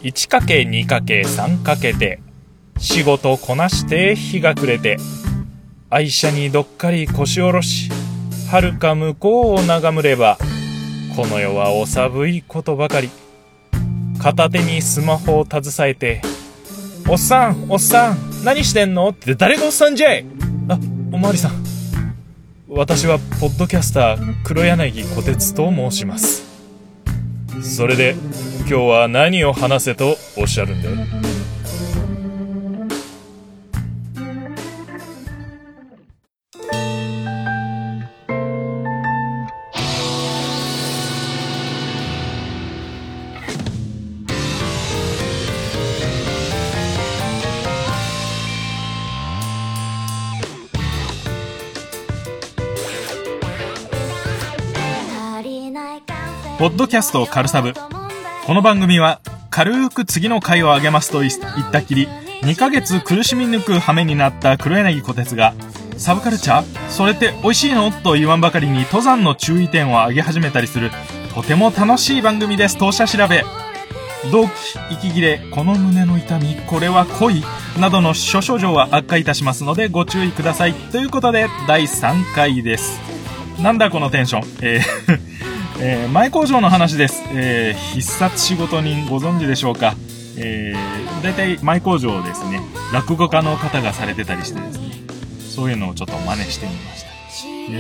1×2×3× で仕事こなして日が暮れて、愛車にどっかり腰下ろし、遥か向こうを眺むれば、この世はお寒いことばかり。片手にスマホを携えて、おっさん何してんのって誰がおっさんじゃい。おまわりさん、私はポッドキャスター黒柳小鉄と申します。それで今日は何を話せとおっしゃるんで？ポッドキャストカルサブ。この番組は軽く次の回を上げますと言ったきり2ヶ月苦しみ抜く羽目になった黒柳小鉄が、サブカルチャーそれって美味しいのと言わんばかりに登山の注意点を上げ始めたりする、とても楽しい番組です。当社調べ、動悸、息切れ、この胸の痛み、これは恋などの諸症状は悪化いたしますのでご注意ください。ということで第3回です。なんだこのテンション。前工場の話です。必殺仕事人ご存知でしょうか。だいたい前工場をですね、落語家の方がされてたりしてですね、そういうのをちょっと真似してみました。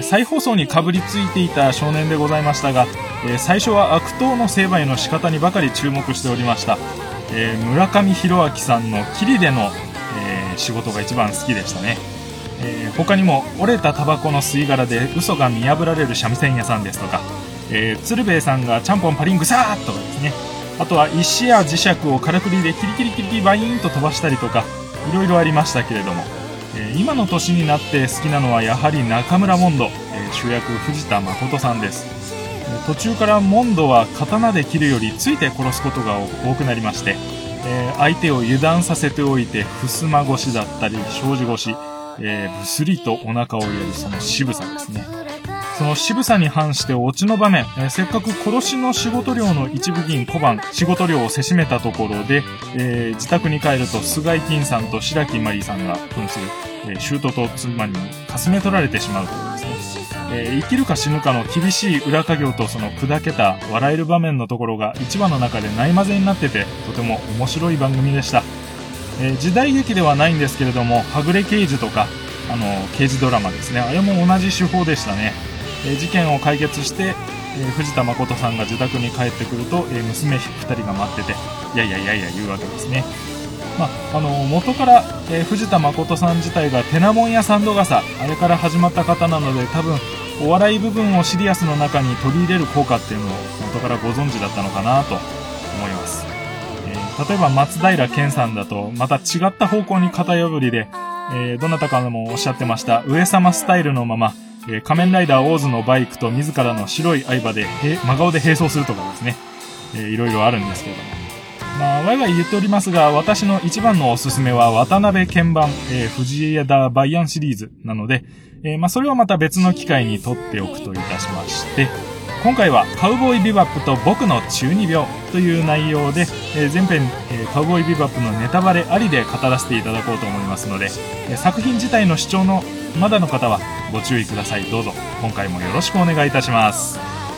再放送にかぶりついていた少年でございましたが、最初は悪党の成敗の仕方にばかり注目しておりました。村上弘明さんのキリでの、仕事が一番好きでしたね。他にも折れたタバコの吸い殻で嘘が見破られる三味線屋さんですとか、鶴瓶さんがちゃんぽんパリングサーッとかですね、あとは石や磁石をからくりでキリキリキリバイーンと飛ばしたりとか、いろいろありましたけれども、今の年になって好きなのはやはり中村モンド、主役藤田誠さんです。途中からモンドは刀で切るよりついて殺すことが多くなりまして、相手を油断させておいて襖越しだったり障子越し、ぶすりとお腹を入れるその渋さですね。その渋さに反してオチの場面、せっかく殺しの仕事量の一部銀小判仕事量をせしめたところで、自宅に帰ると菅井金さんと白木マリーさんが扮する、舅と妻にかすめ取られてしまうというですね、生きるか死ぬかの厳しい裏稼業とその砕けた笑える場面のところが一話の中でないまぜになってて、とても面白い番組でした。時代劇ではないんですけれども、はぐれ刑事とか刑事ドラマですね、あれも同じ手法でしたね。事件を解決して、藤田誠さんが自宅に帰ってくると、娘2人が待ってて、いや言うわけですね。元から、藤田誠さん自体がテナモンやサンドガサ、あれから始まった方なので、多分お笑い部分をシリアスの中に取り入れる効果っていうのを元からご存知だったのかなと思います。例えば松平健さんだとまた違った方向に型破りで、どなたかもおっしゃってました上様スタイルのまま、仮面ライダーオーズのバイクと自らの白い相場で真顔で並走するとかですね、いろいろあるんですけれども、ワイワイ言っておりますが、私の一番のおすすめは渡辺鍵盤、藤枝バイアンシリーズなので、それはまた別の機会に撮っておくといたしまして、今回はカウボーイビバップと僕の中二病という内容で、前編、カウボーイビバップのネタバレありで語らせていただこうと思いますので、作品自体の視聴のまだの方はご注意ください。どうぞ今回もよろしくお願いいたします。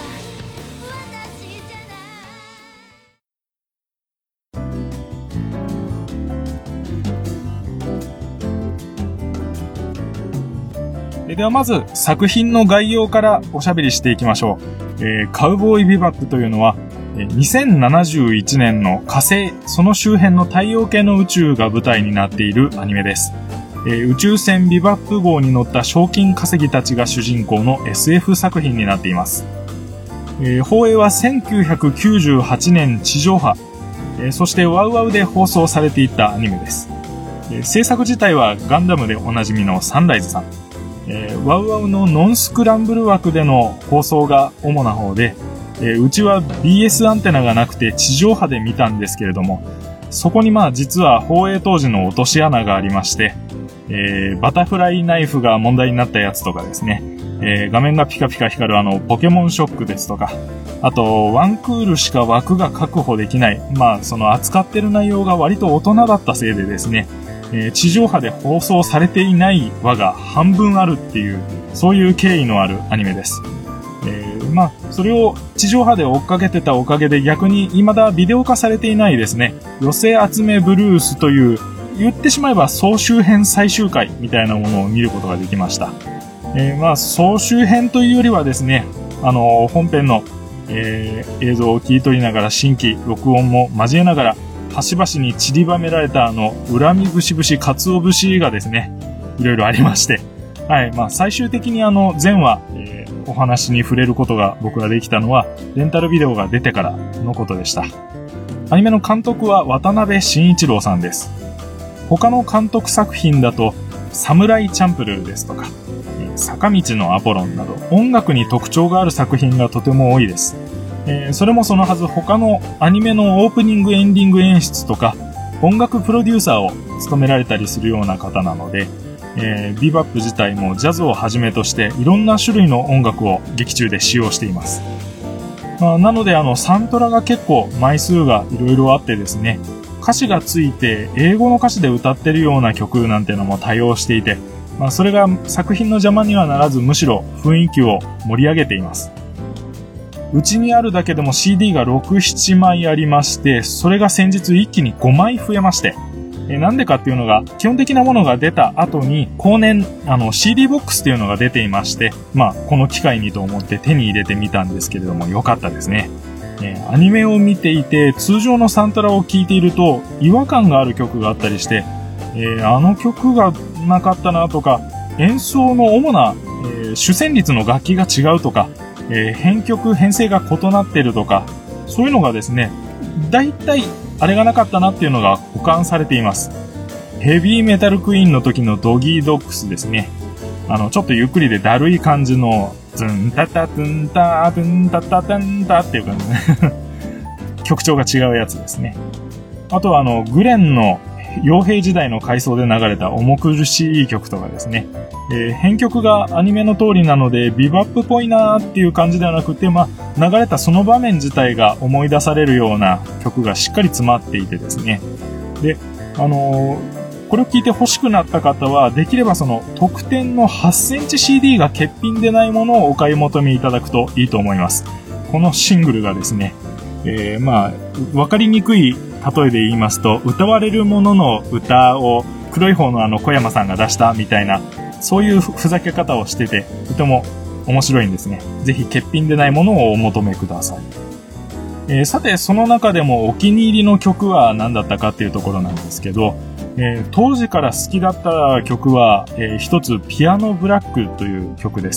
ではまず作品の概要からおしゃべりしていきましょう。カウボーイビバップというのは2071年の火星、その周辺の太陽系の宇宙が舞台になっているアニメです。宇宙船ビバップ号に乗った賞金稼ぎたちが主人公の SF 作品になっています。放映は1998年地上波、そしてワウワウで放送されていたアニメです。制作自体はガンダムでおなじみのサンライズさん、ワウワウのノンスクランブル枠での放送が主な方で、うちは BS アンテナがなくて地上波で見たんですけれども、そこに実は放映当時の落とし穴がありまして、バタフライナイフが問題になったやつとかですね、 画面がピカピカ光るポケモンショックですとか、あと、ワンクールしか枠が確保できない、その扱ってる内容が割と大人だったせいでですね、地上波で放送されていない話が半分あるっていう、そういう経緯のあるアニメです。それを地上波で追っかけてたおかげで逆に未だビデオ化されていないですね、寄せ集めブルースという、言ってしまえば総集編最終回みたいなものを見ることができました。総集編というよりはですね、本編の、映像を切り取りながら新規録音も交えながら、端々に散りばめられた恨み節々鰹節がですね、いろいろありまして、はい、最終的に前話、お話に触れることが僕ができたのは、レンタルビデオが出てからのことでした。アニメの監督は渡辺慎一郎さんです。他の監督作品だと、サムライチャンプルーですとか、坂道のアポロンなど、音楽に特徴がある作品がとても多いです。それもそのはず、他のアニメのオープニングエンディング演出とか、音楽プロデューサーを務められたりするような方なので、ビバップ自体もジャズをはじめとしていろんな種類の音楽を劇中で使用しています。なのでサントラが結構枚数がいろいろあってですね、歌詞がついて英語の歌詞で歌ってるような曲なんていうのも多用していて、それが作品の邪魔にはならず、むしろ雰囲気を盛り上げています。うちにあるだけでも CD が6、7枚ありまして、それが先日一気に5枚増えまして、なんでかっていうのが、基本的なものが出た後に、後年、CD ボックスっていうのが出ていまして、この機会にと思って手に入れてみたんですけれども、良かったですね。アニメを見ていて、通常のサントラを聴いていると、違和感がある曲があったりして、あの曲がなかったなとか、演奏の主な、主旋律の楽器が違うとか、編成が異なっているとか、そういうのがですね、大体、あれがなかったなっていうのが保管されています。ヘビーメタルクイーンの時のドギードックスですね。ちょっとゆっくりでだるい感じの、ズンタタズンタズンタタタンタっていう感じね。曲調が違うやつですね。あとはグレンの傭兵時代の回想で流れた重苦しい曲とかですね。編曲がアニメの通りなのでビバップっぽいなーっていう感じではなくて、流れたその場面自体が思い出されるような曲がしっかり詰まっていてですね。で、これを聞いて欲しくなった方は、できればその特典の8センチ CD が欠品でないものをお買い求めいただくといいと思います。このシングルがですね、わかりにくい例えで言いますと、歌われるものの歌を黒い方の小山さんが出したみたいな、そういうふざけ方をしてて、とても面白いんですね。ぜひ欠品でないものをお求めください。さて、その中でもお気に入りの曲は何だったかっていうところなんですけど、当時から好きだった曲は、一つピアノブラックという曲です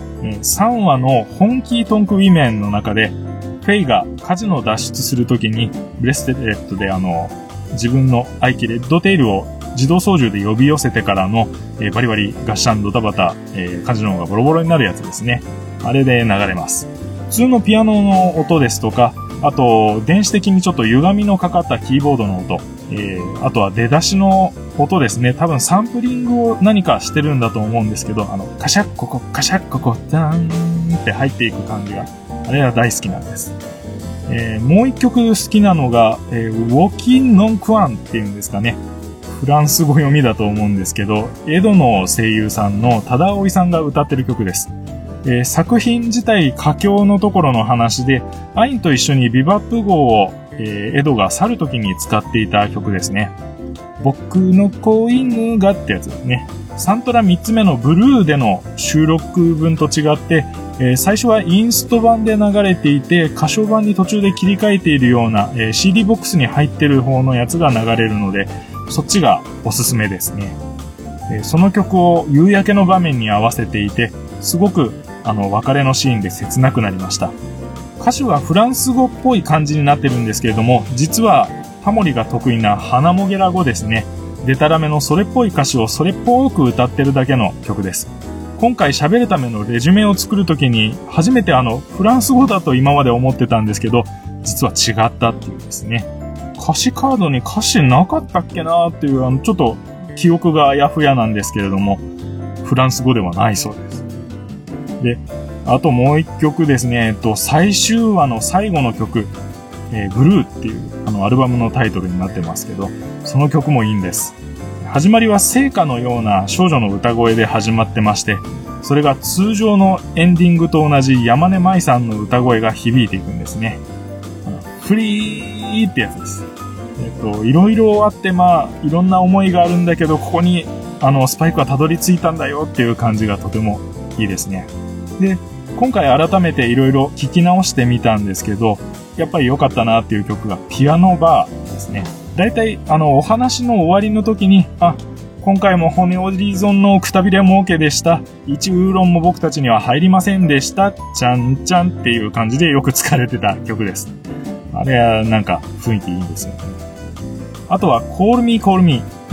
。3話のホンキートンクウィメンの中で、フェイがカジノ脱出するときにブレスレットで自分の愛機レッドテイルを自動操縦で呼び寄せてからの、バリバリガッシャンドタバタ、カジノがボロボロになるやつですね。あれで流れます。普通のピアノの音ですとか、あと電子的にちょっと歪みのかかったキーボードの音、あとは出だしの音ですね。多分サンプリングを何かしてるんだと思うんですけど、カシャッココカシャッココダーンって入っていく感じが、あれは大好きなんです。もう一曲好きなのが、ウォキンノンクワンっていうんですかね。フランス語読みだと思うんですけど、エドの声優さんの多田葵さんが歌ってる曲です。作品自体佳境のところの話で、アインと一緒にビバップ号を、エドが去る時に使っていた曲ですね。僕の子犬がってやつですね。サントラ3つ目のブルーでの収録分と違って、最初はインスト版で流れていて、歌唱版に途中で切り替えているような、CD ボックスに入ってる方のやつが流れるので、そっちがおすすめですね。その曲を夕焼けの場面に合わせていて、すごく別れのシーンで切なくなりました。歌詞はフランス語っぽい感じになってるんですけれども、実はタモリが得意な花もげら語ですね。デタラメのそれっぽい歌詞をそれっぽく歌ってるだけの曲です。今回喋るためのレジュメを作るときに、初めてフランス語だと今まで思ってたんですけど、実は違ったっていうですね。歌詞カードに歌詞なかったっけなーっていう、ちょっと記憶があやふやなんですけれども、フランス語ではないそうです。 で、あともう一曲ですね、最終話の最後の曲、ブルーっていうアルバムのタイトルになってますけど、その曲もいいんです。始まりは聖歌のような少女の歌声で始まってまして、それが通常のエンディングと同じ山根舞さんの歌声が響いていくんですね。フリーってやつです。いろいろあって、いろんな思いがあるんだけど、ここにスパイクはたどり着いたんだよっていう感じがとてもいいですね。で、今回改めていろいろ聞き直してみたんですけど、やっぱり良かったなっていう曲がピアノバーですね。だいたいお話の終わりの時に、今回も骨折り損のくたびれ儲けでした。1ウーロンも僕たちには入りませんでした。ちゃんちゃんっていう感じでよく使われてた曲です。あれはなんか雰囲気いいんですよね。あとは Call Me Call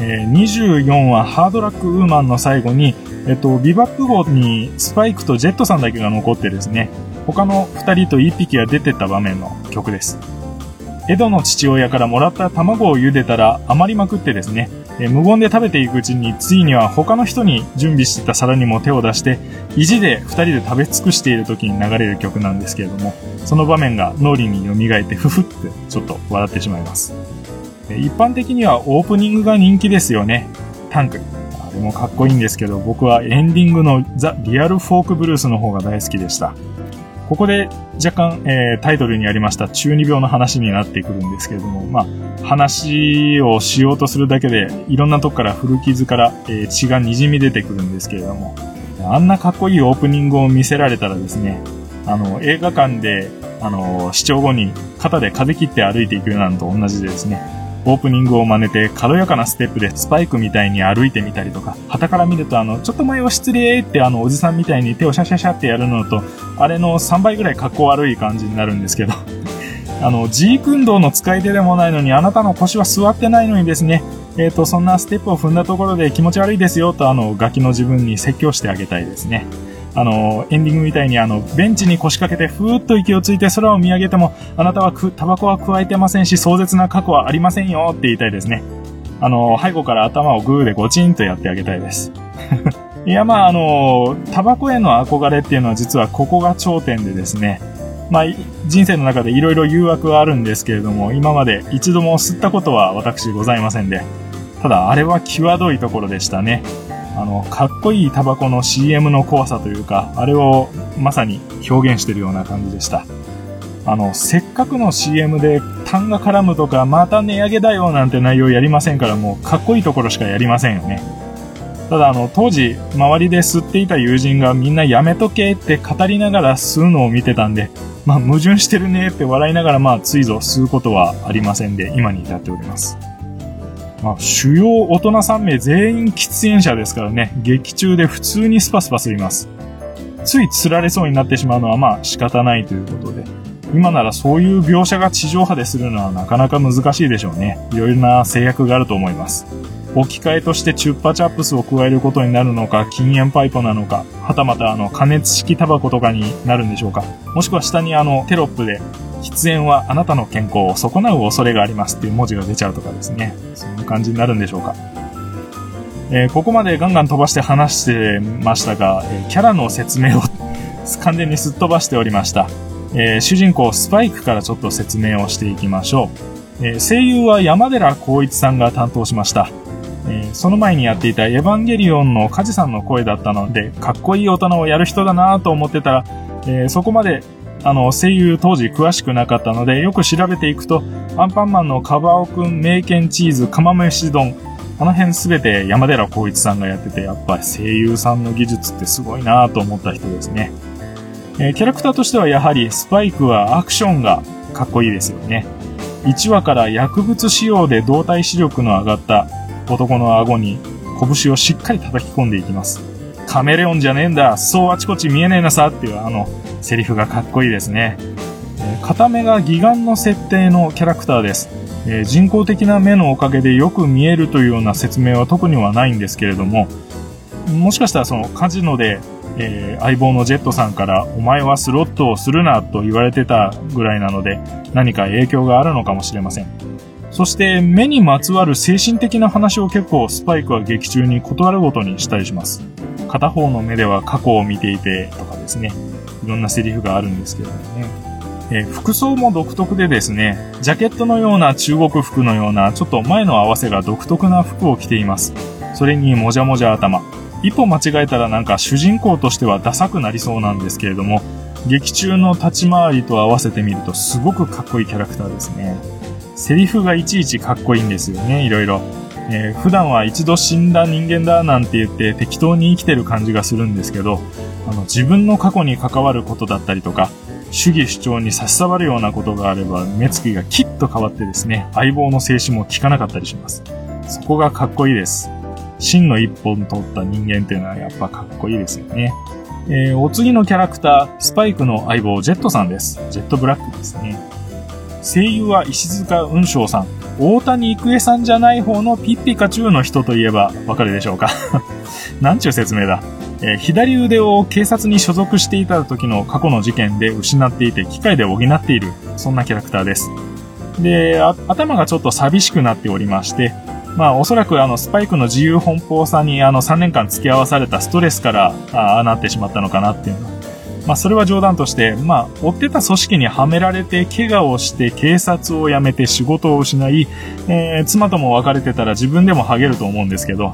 Me、24話ハードラックウーマンの最後に、ビバップ号にスパイクとジェットさんだけが残ってですね、他の2人と1匹が出てった場面の曲です。エドの父親からもらった卵を茹でたら余りまくってですね、無言で食べていくうちについには他の人に準備してた皿にも手を出して意地で2人で食べ尽くしている時に流れる曲なんですけれども、その場面が脳裏に蘇ってふふってちょっと笑ってしまいます。一般的にはオープニングが人気ですよね。タンク、あれもかっこいいんですけど、僕はエンディングのザ・リアルフォークブルースの方が大好きでした。ここで若干、タイトルにありました中二病の話になってくるんですけれども、話をしようとするだけでいろんなとこから古傷から、血が滲み出てくるんですけれども、あんなかっこいいオープニングを見せられたらですね、映画館で視聴後に肩で風切って歩いていくなんと同じでですね、オープニングを真似て軽やかなステップでスパイクみたいに歩いてみたりとか、旗から見るとちょっと前は失礼っておじさんみたいに手をシャシャシャってやるのと、あれの3倍ぐらい格好悪い感じになるんですけど、ジーク運動の使い手でもないのにあなたの腰は座ってないのにですね、そんなステップを踏んだところで気持ち悪いですよとガキの自分に説教してあげたいですね。エンディングみたいにベンチに腰掛けてふーっと息をついて空を見上げても、あなたはタバコは加えてませんし壮絶な過去はありませんよって言いたいですね。背後から頭をグーでゴチンとやってあげたいです。いや、タバコへの憧れっていうのは実はここが頂点でですね、人生の中でいろいろ誘惑はあるんですけれども、今まで一度も吸ったことは私ございませんで、ただあれは際どいところでしたね。かっこいいタバコの CM の怖さというか、あれをまさに表現しているような感じでした。せっかくの CM で痰が絡むとか、また値上げだよなんて内容やりませんから、もうかっこいいところしかやりませんよね。ただ当時周りで吸っていた友人がみんなやめとけって語りながら吸うのを見てたんで、矛盾してるねって笑いながらついぞ吸うことはありませんで、今に至っております。主要大人3名全員喫煙者ですからね、劇中で普通にスパスパ吸います。つい釣られそうになってしまうのは仕方ないということで、今ならそういう描写が地上波でするのはなかなか難しいでしょうね。いろいろな制約があると思います。置き換えとしてチュッパチャップスを加えることになるのか、禁煙パイプなのか、はたまた加熱式タバコとかになるんでしょうか。もしくは下にテロップで喫煙はあなたの健康を損なう恐れがありますっていう文字が出ちゃうとかですね。そんな感じになるんでしょうか。ここまでガンガン飛ばして話してましたが、キャラの説明を完全にすっ飛ばしておりました。主人公スパイクからちょっと説明をしていきましょう。声優は山寺宏一さんが担当しました。その前にやっていたエヴァンゲリオンの梶さんの声だったので、かっこいい大人をやる人だなと思ってたら、そこまで声優当時詳しくなかったので、よく調べていくと、アンパンマンのカバオくん、メイケンチーズ、釜飯丼、あの辺すべて山寺宏一さんがやってて、やっぱり声優さんの技術ってすごいなと思った人ですね。キャラクターとしてはやはりスパイクはアクションがかっこいいですよね。1話から薬物使用で動体視力の上がった男の顎に拳をしっかり叩き込んでいきます。カメレオンじゃねえんだ、そうあちこち見えねえなさっていうセリフがかっこいいですね。片目が義眼の設定のキャラクターです。人工的な目のおかげでよく見えるというような説明は特にはないんですけれども、もしかしたらそのカジノで、相棒のジェットさんからお前はスロットをするなと言われてたぐらいなので、何か影響があるのかもしれません。 そして目にまつわる精神的な話を結構スパイクは劇中に断るごとにしたりします。片方の目では過去を見ていてとかですね、いろんなセリフがあるんですけれどもね。服装も独特でですね、ジャケットのような中国服のようなちょっと前の合わせが独特な服を着ています。それにもじゃもじゃ頭。一歩間違えたらなんか主人公としてはダサくなりそうなんですけれども、劇中の立ち回りと合わせてみるとすごくかっこいいキャラクターですね。セリフがいちいちかっこいいんですよね、いろいろ。普段は一度死んだ人間だなんて言って適当に生きてる感じがするんですけど、自分の過去に関わることだったりとか、主義主張に差し障るようなことがあれば目つきがキッと変わってですね、相棒の静止も効かなかったりします。そこがかっこいいです。芯の一本取った人間っていうのはやっぱかっこいいですよね。お次のキャラクター、スパイクの相棒ジェットさんです。ジェットブラックですね。声優は石塚雲翔さん。大谷育恵さんじゃない方のピッピカチュウの人といえばわかるでしょうかなんちゅう説明だ。左腕を警察に所属していた時の過去の事件で失っていて機械で補っている、そんなキャラクターです。で、頭がちょっと寂しくなっておりまして、おそらくスパイクの自由奔放さに3年間付き合わされたストレスからああなってしまったのかなっていうのは。それは冗談として、追ってた組織にはめられて怪我をして警察を辞めて仕事を失い、妻とも別れてたら自分でもハゲると思うんですけど。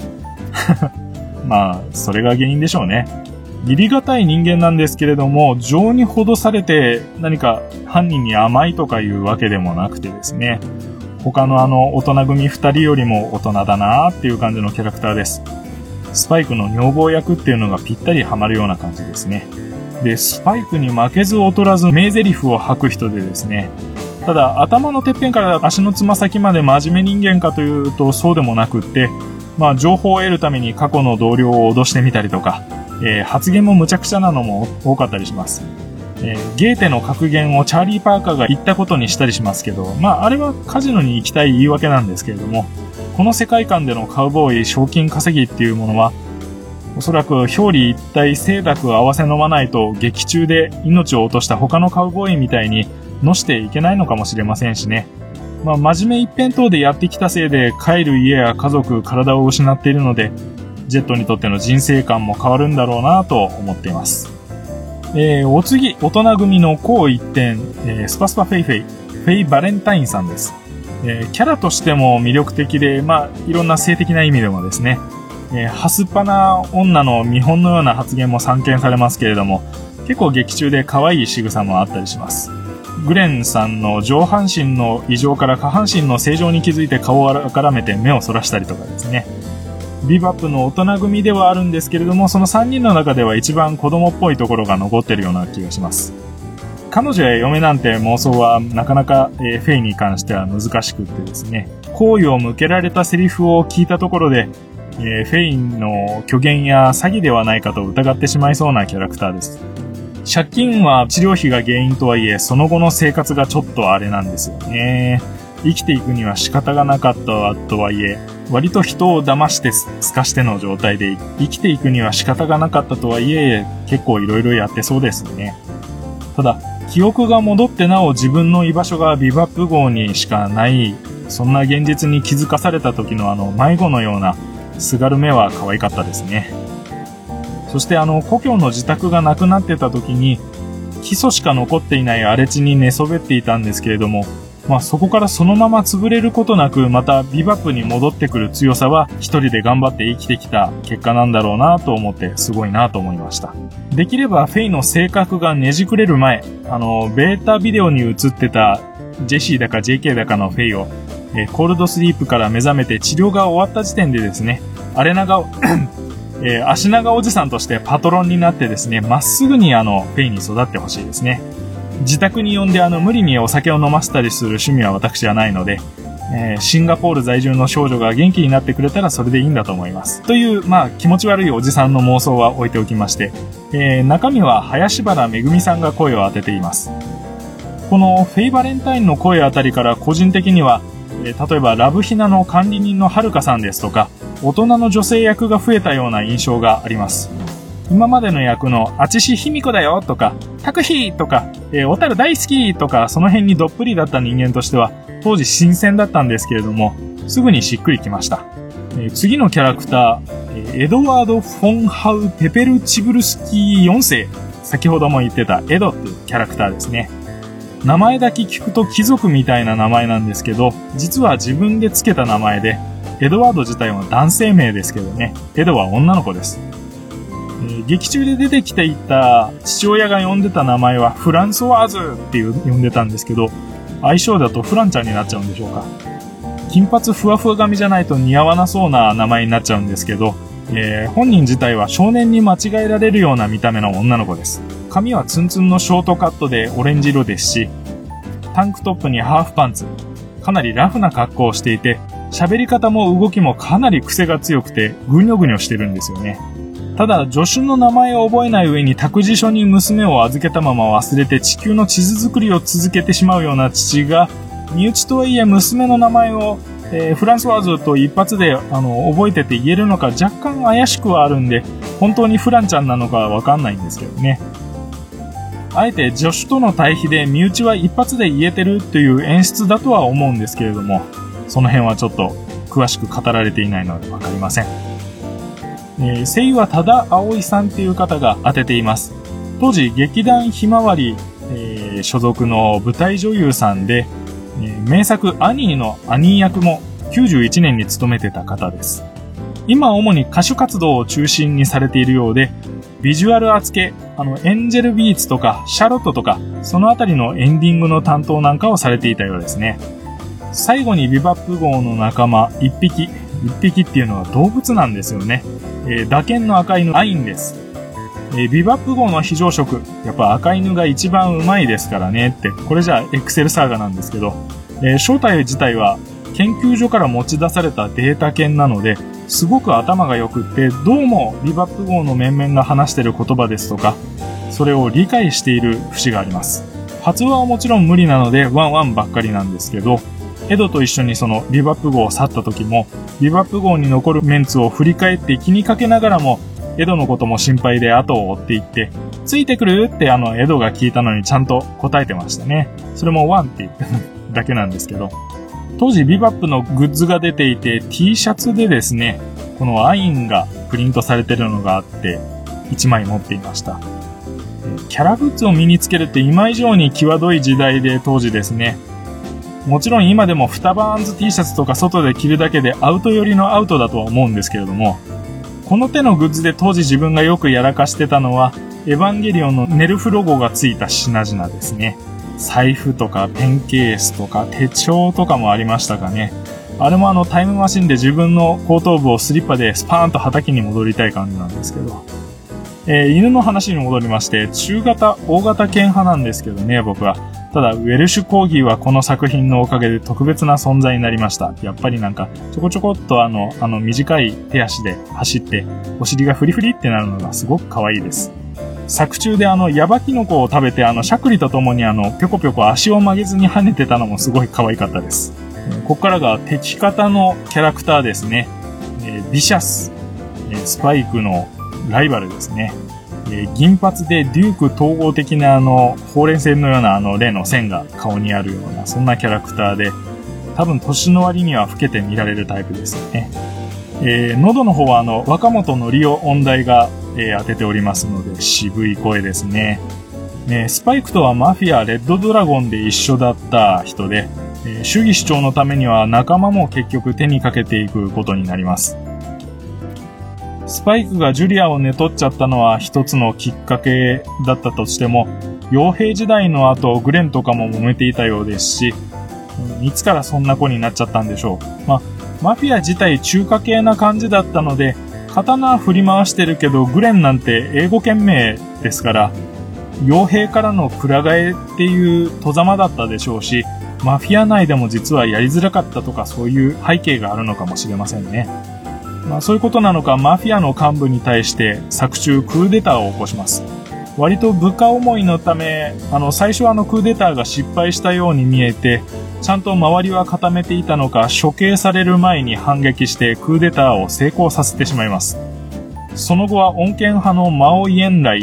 それが原因でしょうね。義理がたい人間なんですけれども、情にほされて何か犯人に甘いとかいうわけでもなくてですね、他の大人組2人よりも大人だなーっていう感じのキャラクターです。スパイクの女房役っていうのがぴったりハマるような感じですね。で、スパイクに負けず劣らず名台詞を吐く人でですね、ただ頭のてっぺんから足のつま先まで真面目人間かというとそうでもなくって、情報を得るために過去の同僚を脅してみたりとか、発言も無茶苦茶なのも多かったりします。ゲーテの格言をチャーリー・パーカーが言ったことにしたりしますけど、あれはカジノに行きたい言い訳なんですけれども、この世界観でのカウボーイ賞金稼ぎっていうものは、おそらく表裏一体清濁合わせ飲まないと劇中で命を落とした他のカウボーイみたいにのしていけないのかもしれませんしね。真面目一辺倒でやってきたせいで帰る家や家族、体を失っているので、ジェットにとっての人生観も変わるんだろうなと思っています。お次、大人組の高一点、スパスパフェイフェイバレンタインさんです。キャラとしても魅力的で、いろんな性的な意味でもですね、ハスパな女の見本のような発言も散見されますけれども、結構劇中で可愛い仕草もあったりします。グレンさんの上半身の異常から下半身の正常に気づいて顔をあからめて目をそらしたりとかですね。ビバップの大人組ではあるんですけれども、その3人の中では一番子供っぽいところが残ってるような気がします。彼女や嫁なんて妄想はなかなか、フェイに関しては難しくってですね、好意を向けられたセリフを聞いたところで、フェイの虚言や詐欺ではないかと疑ってしまいそうなキャラクターです。借金は治療費が原因とはいえ、その後の生活がちょっとあれなんですよね。生きていくには仕方がなかったとはいえ、割と人を騙して透かしての状態で生きていくには仕方がなかったとはいえ、結構いろいろやってそうですね。ただ、記憶が戻ってなお自分の居場所がビバップ号にしかない、そんな現実に気づかされた時の迷子のようなすがる目は可愛かったですね。そして故郷の自宅がなくなってた時に、基礎しか残っていない荒れ地に寝そべっていたんですけれども、そこからそのまま潰れることなくまたビバップに戻ってくる強さは一人で頑張って生きてきた結果なんだろうなと思ってすごいなと思いました。できればフェイの性格がねじくれる前、ベータビデオに映ってたジェシーだか JK だかのフェイを、コールドスリープから目覚めて治療が終わった時点でですね、足長おじさんとしてパトロンになってですね、まっすぐにフェイに育ってほしいですね。自宅に呼んで無理にお酒を飲ませたりする趣味は私はないので、シンガポール在住の少女が元気になってくれたらそれでいいんだと思います。という、気持ち悪いおじさんの妄想は置いておきまして、中身は林原めぐみさんが声を当てています。このフェイバレンタインの声あたりから個人的には、例えばラブヒナの管理人のはるかさんですとか、大人の女性役が増えたような印象があります。今までの役のあちしひみこだよとか、たくひーとか、 小樽大好きとかその辺にどっぷりだった人間としては当時新鮮だったんですけれども、すぐにしっくりきました。次のキャラクター、エドワード・フォンハウ・ペペルチブルスキー4世、先ほども言ってたエドっていうキャラクターですね。名前だけ聞くと貴族みたいな名前なんですけど、実は自分で付けた名前で、エドワード自体は男性名ですけどね、エドは女の子です。劇中で出てきていた父親が呼んでた名前はフランソワーズって呼んでたんですけど、愛称だとフランちゃんになっちゃうんでしょうか。金髪ふわふわ髪じゃないと似合わなそうな名前になっちゃうんですけど、本人自体は少年に間違えられるような見た目の女の子です。髪はツンツンのショートカットでオレンジ色ですし、タンクトップにハーフパンツ、かなりラフな格好をしていて、喋り方も動きもかなり癖が強くてぐにょぐにょしてるんですよね。ただ助手の名前を覚えない上に託児所に娘を預けたまま忘れて地球の地図作りを続けてしまうような父が、身内とはいえ娘の名前を、フランソワーズと一発で覚えてて言えるのか若干怪しくはあるんで、本当にフランちゃんなのかわかんないんですけどね。あえて助手との対比で身内は一発で言えてるという演出だとは思うんですけれども、その辺はちょっと詳しく語られていないのでわかりません。声優は多田葵さんっていう方が当てています。当時劇団ひまわり、所属の舞台女優さんで、名作アニーのアニー役も91年に務めてた方です。今主に歌手活動を中心にされているようで、ビジュアル厚け、エンジェルビーツとかシャロットとかそのあたりのエンディングの担当なんかをされていたようですね。最後にビバップ号の仲間一匹っていうのは動物なんですよね。打犬の赤犬アインです。ビバップ号の非常食、やっぱ赤犬が一番うまいですからねって、これじゃエクセルサーガなんですけど、正体自体は研究所から持ち出されたデータ犬なので、すごく頭が良くって、どうもビバップ号の面々が話している言葉ですとか、それを理解している節があります。発話はもちろん無理なのでワンワンばっかりなんですけど、エドと一緒にそのビバップ号を去った時も、ビバップ号に残るメンツを振り返って気にかけながらも、エドのことも心配で後を追っていって、ついてくるってエドが聞いたのにちゃんと答えてましたね。それもワンって言ってるだけなんですけど、当時ビバップのグッズが出ていて T シャツでですね、このアインがプリントされてるのがあって1枚持っていました。キャラグッズを身につけるって今以上に際どい時代で当時ですね。もちろん今でも2バーンズ T シャツとか外で着るだけでアウト寄りのアウトだとは思うんですけれども、この手のグッズで当時自分がよくやらかしてたのはエヴァンゲリオンのネルフロゴがついた品々ですね。財布とかペンケースとか手帳とかもありましたかね。あれもタイムマシンで自分の後頭部をスリッパでスパーンと畑に戻りたい感じなんですけど、犬の話に戻りまして、中型大型犬派なんですけどね、僕は。ただウェルシュコーギーはこの作品のおかげで特別な存在になりました。やっぱりなんかちょこちょこっと短い手足で走ってお尻がフリフリってなるのがすごく可愛いです。作中でヤバキノコを食べてしゃくりとともにぴょこぴょこ足を曲げずに跳ねてたのもすごい可愛かったです。ここからが敵方のキャラクターですね。ビシャス、スパイクのライバルですね。銀髪でデューク統合的なほうれん線のような例の線が顔にあるようなそんなキャラクターで、多分年の割には老けて見られるタイプですね。喉の方は若本のりお音大が、当てておりますので渋い声ですね。スパイクとはマフィアレッドドラゴンで一緒だった人で、主義主張のためには仲間も結局手にかけていくことになります。スパイクがジュリアを寝取っちゃったのは一つのきっかけだったとしても、傭兵時代の後グレンとかも揉めていたようですし、いつからそんな子になっちゃったんでしょう。マフィア自体中華系な感じだったので、刀振り回してるけどグレンなんて英語圏名ですから、傭兵からのくら替えっていう戸ざまだったでしょうし、マフィア内でも実はやりづらかったとかそういう背景があるのかもしれませんね。そういうことなのか、マフィアの幹部に対して作中クーデターを起こします。割と部下思いのため、最初はクーデターが失敗したように見えて、ちゃんと周りは固めていたのか、処刑される前に反撃してクーデターを成功させてしまいます。その後は穏健派のマオ・イエンライや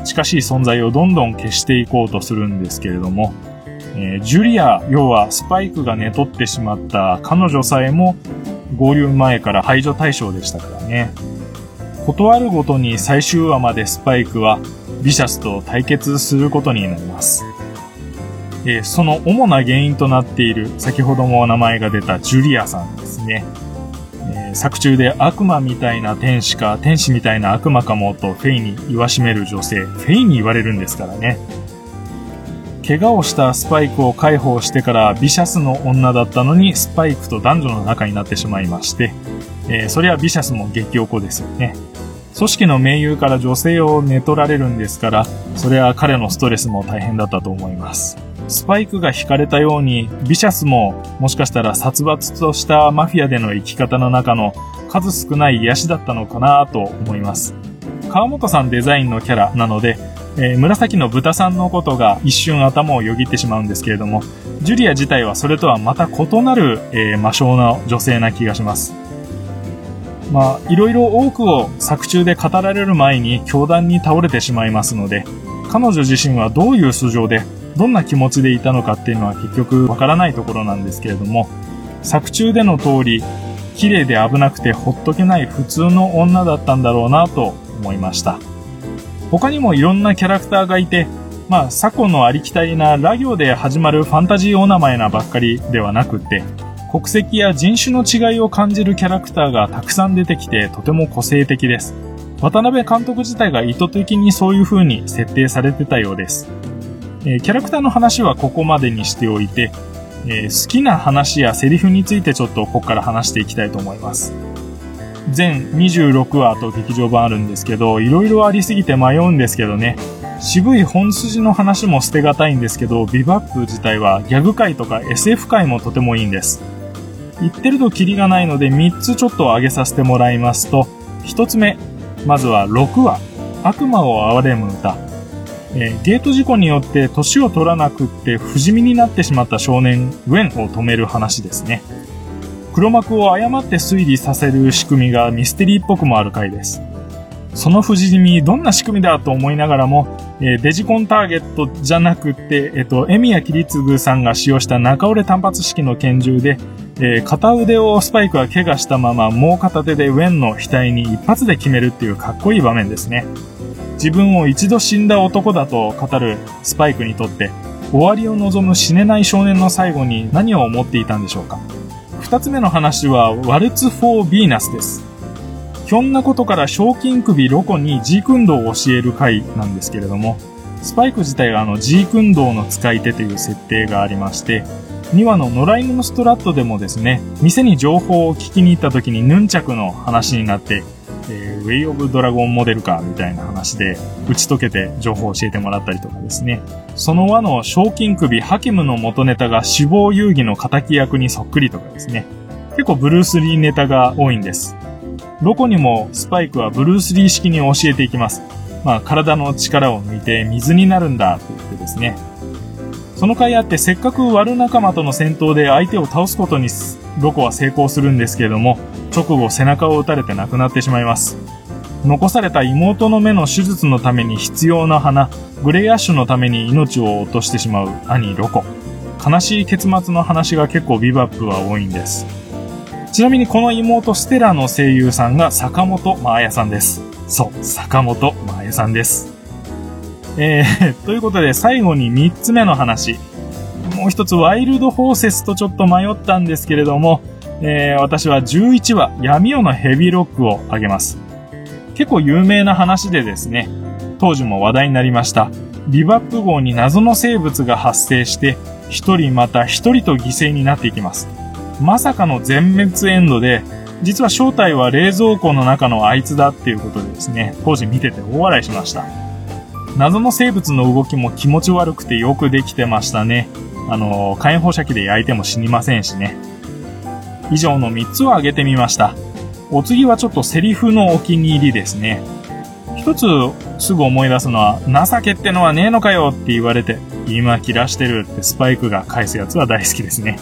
近しい存在をどんどん消していこうとするんですけれども、ジュリア、要はスパイクが寝取ってしまった彼女さえも合流前から排除対象でしたからね。ことあるごとに最終話までスパイクはビシャスと対決することになります。その主な原因となっている先ほども名前が出たジュリアさんですね。作中で悪魔みたいな天使か天使みたいな悪魔かもとフェイに言わしめる女性、フェイに言われるんですからね。怪我をしたスパイクを解放してからビシャスの女だったのにスパイクと男女の仲になってしまいまして、それはビシャスも激おこですよね。組織の盟友から女性を寝取られるんですから、それは彼のストレスも大変だったと思います。スパイクが惹かれたようにビシャスももしかしたら殺伐としたマフィアでの生き方の中の数少ない癒しだったのかなと思います。川本さんデザインのキャラなので、紫の豚さんのことが一瞬頭をよぎってしまうんですけれども、ジュリア自体はそれとはまた異なる、魔性の女性な気がします。いろいろ多くを作中で語られる前に凶弾に倒れてしまいますので、彼女自身はどういう素性でどんな気持ちでいたのかっていうのは結局わからないところなんですけれども、作中での通り綺麗で危なくてほっとけない普通の女だったんだろうなと思いました。他にもいろんなキャラクターがいて、昨今のありきたりなラ行で始まるファンタジーお名前なばっかりではなくって、国籍や人種の違いを感じるキャラクターがたくさん出てきてとても個性的です。渡辺監督自体が意図的にそういう風に設定されてたようです。キャラクターの話はここまでにしておいて、好きな話やセリフについてちょっとここから話していきたいと思います。全26話と劇場版あるんですけど、いろいろありすぎて迷うんですけどね。渋い本筋の話も捨てがたいんですけど、ビバップ自体はギャグ界とか SF 界もとてもいいんです。言ってるとキリがないので3つちょっと上げさせてもらいますと、1つ目、まずは6話、悪魔を憐れむ歌。ゲート事故によって年を取らなくって不死身になってしまった少年ウェンを止める話ですね。黒幕を誤って推理させる仕組みがミステリーっぽくもある回です。その不死身どんな仕組みだと思いながらも、デジコンターゲットじゃなくって、エミヤキリツグさんが使用した中折れ単発式の拳銃で、片腕をスパイクが怪我したままもう片手でウェンの額に一発で決めるっていうかっこいい場面ですね。自分を一度死んだ男だと語るスパイクにとって終わりを望む死ねない少年の最後に何を思っていたんでしょうか。二つ目の話はワルツ・フォー・ヴィーナスです。ひょんなことから賞金首ロコにジークンドーを教える回なんですけれども、スパイク自体がジークンドーの使い手という設定がありまして、2話の野良犬のストラットでもですね、店に情報を聞きに行った時にヌンチャクの話になって、ウェイオブドラゴンモデルかみたいな話で打ち解けて情報を教えてもらったりとかですね。その輪の賞金首ハキムの元ネタが死亡遊戯の仇役にそっくりとかですね。結構ブルース・リーネタが多いんです。ロコにもスパイクはブルース・リー式に教えていきます。体の力を抜いて水になるんだと言ってですね。その回あってせっかく悪仲間との戦闘で相手を倒すことにロコは成功するんですけれども、直後背中を撃たれて亡くなってしまいます。残された妹の目の手術のために必要な花、グレイアッシュのために命を落としてしまう兄ロコ。悲しい結末の話が結構ビバップは多いんです。ちなみにこの妹ステラの声優さんが坂本真綾さんです。そう、坂本真綾さんです。ということで最後に3つ目の話。もう一つワイルドホーセスとちょっと迷ったんですけれども、私は11話闇夜のヘビロックを挙げます。結構有名な話でですね、当時も話題になりました。ビバップ号に謎の生物が発生して一人また一人と犠牲になっていきます。まさかの全滅エンドで、実は正体は冷蔵庫の中のあいつだっていうことでですね、当時見てて大笑いしました。謎の生物の動きも気持ち悪くてよくできてましたね。火炎放射器で焼いても死にませんしね。以上の3つを挙げてみました。お次はちょっとセリフのお気に入りですね。一つすぐ思い出すのは、情けってのはねえのかよって言われて、今切らしてるってスパイクが返すやつは大好きですね。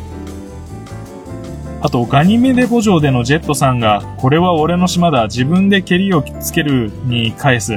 あと、ガニメデ墓場でのジェットさんが、これは俺の島だ、自分でケリをつけるに返す、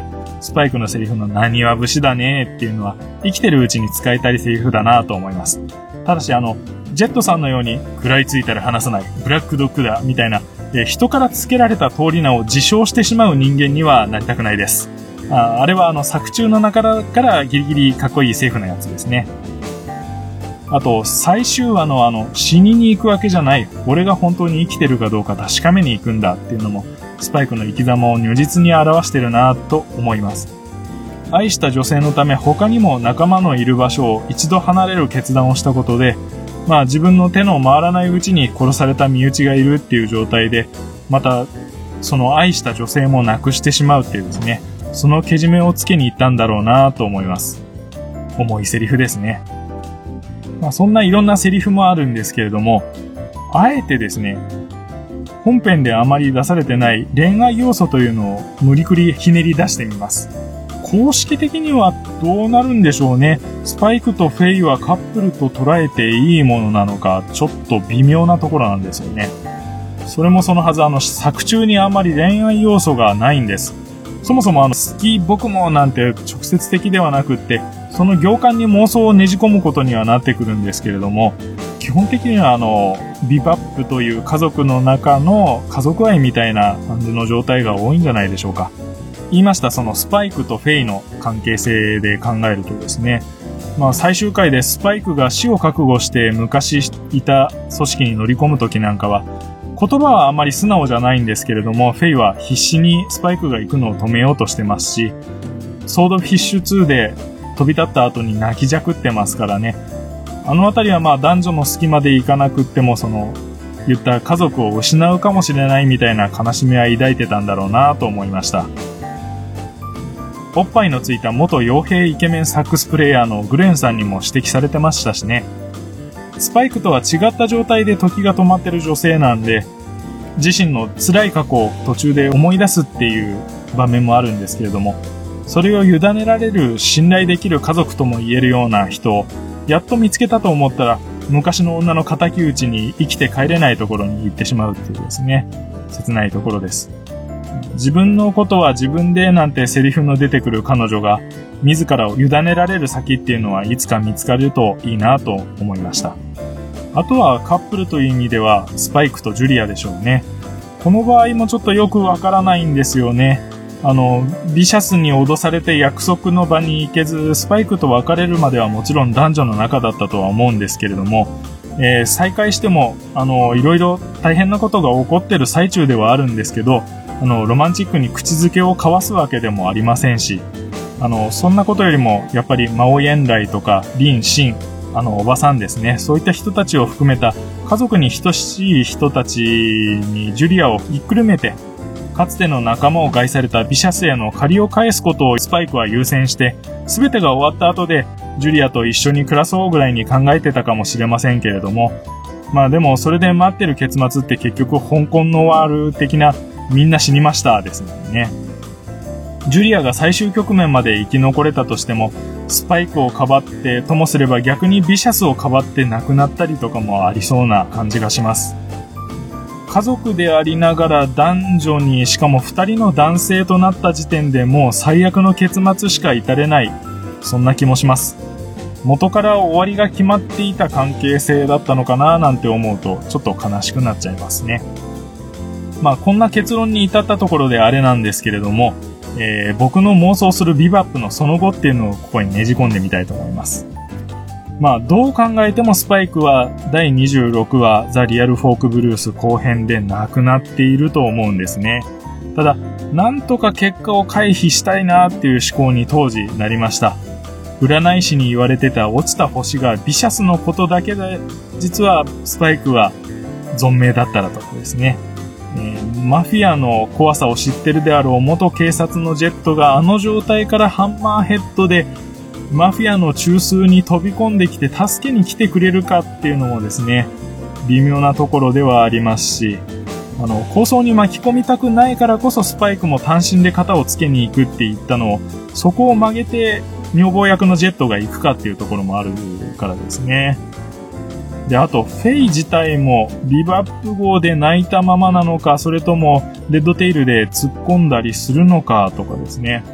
スパイクのセリフの何は武士だねっていうのは生きてるうちに使いたいセリフだなと思います。ただしジェットさんのように食らいついたら離さない、ブラックドッグだみたいな、人からつけられた通り名を自称してしまう人間にはなりたくないです。あれは作中の中からギリギリかっこいいセーフなやつですね。あと最終話の死にに行くわけじゃない、俺が本当に生きてるかどうか確かめに行くんだっていうのもスパイクの生き様を如実に表してるなと思います。愛した女性のため他にも仲間のいる場所を一度離れる決断をしたことで、自分の手の回らないうちに殺された身内がいるっていう状態で、またその愛した女性も亡くしてしまうっていうですね、そのけじめをつけに行ったんだろうなと思います。重いセリフですね。そんないろんなセリフもあるんですけれども、あえてですね、本編であまり出されてない恋愛要素というのを無理くりひねり出してみます。公式的にはどうなるんでしょうね。スパイクとフェイはカップルと捉えていいものなのか、ちょっと微妙なところなんですよね。それもそのはず、作中にあまり恋愛要素がないんです。そもそも好き僕もなんて直接的ではなくって、その行間に妄想をねじ込むことにはなってくるんですけれども、基本的にはビバップという家族の中の家族愛みたいな感じの状態が多いんじゃないでしょうか。言いました、そのスパイクとフェイの関係性で考えるとですね、最終回でスパイクが死を覚悟して昔いた組織に乗り込む時なんかは、言葉はあまり素直じゃないんですけれども、フェイは必死にスパイクが行くのを止めようとしてますし、ソードフィッシュ2で飛び立った後に泣きじゃくってますからね。あのあたりは男女の隙間で行かなくっても、言った家族を失うかもしれないみたいな悲しみは抱いてたんだろうなと思いました。おっぱいのついた元傭兵イケメンサックスプレイヤーのグレンさんにも指摘されてましたしね。スパイクとは違った状態で時が止まってる女性なんで、自身の辛い過去を途中で思い出すっていう場面もあるんですけれども、それを委ねられる信頼できる家族とも言えるような人をやっと見つけたと思ったら、昔の女の敵討ちに生きて帰れないところに行ってしまうっていうですね、切ないところです。自分のことは自分でなんてセリフの出てくる彼女が自らを委ねられる先っていうのはいつか見つかるといいなと思いました。あとはカップルという意味ではスパイクとジュリアでしょうね。この場合もちょっとよくわからないんですよね。ビシャスに脅されて約束の場に行けず、スパイクと別れるまではもちろん男女の仲だったとは思うんですけれども、再会してもいろいろ大変なことが起こってる最中ではあるんですけど、ロマンチックに口づけを交わすわけでもありませんし、そんなことよりもやっぱりマオ・エンライとかリン・シン、おばさんですね、そういった人たちを含めた家族に等しい人たちにジュリアをひっくるめて、かつての仲間を害されたビシャスへの借りを返すことをスパイクは優先して、全てが終わった後でジュリアと一緒に暮らそうぐらいに考えてたかもしれませんけれども、でもそれで待ってる結末って結局香港ノワール的なみんな死にましたですもんね。ジュリアが最終局面まで生き残れたとしても、スパイクをかばってともすれば逆にビシャスをかばって亡くなったりとかもありそうな感じがします。家族でありながら男女に、しかも2人の男性となった時点でもう最悪の結末しか至れない、そんな気もします。元から終わりが決まっていた関係性だったのかななんて思うとちょっと悲しくなっちゃいますね。こんな結論に至ったところであれなんですけれども、僕の妄想するビバップのその後っていうのをここにねじ込んでみたいと思います。どう考えてもスパイクは第26話ザ・リアル・フォーク・ブルース後編で亡くなっていると思うんですね。ただ、なんとか結果を回避したいなっていう思考に当時なりました。占い師に言われてた落ちた星がビシャスのことだけで、実はスパイクは存命だったらとかですね。マフィアの怖さを知ってるであろう元警察のジェットがあの状態からハンマーヘッドでマフィアの中枢に飛び込んできて助けに来てくれるかっていうのもですね、微妙なところではありますし、抗争に巻き込みたくないからこそスパイクも単身で肩をつけに行くって言ったのを、そこを曲げて女房役のジェットが行くかっていうところもあるからですね。で、あと、フェイ自体もビバップ号で泣いたままなのか、それともレッドテイルで突っ込んだりするのかとかですね。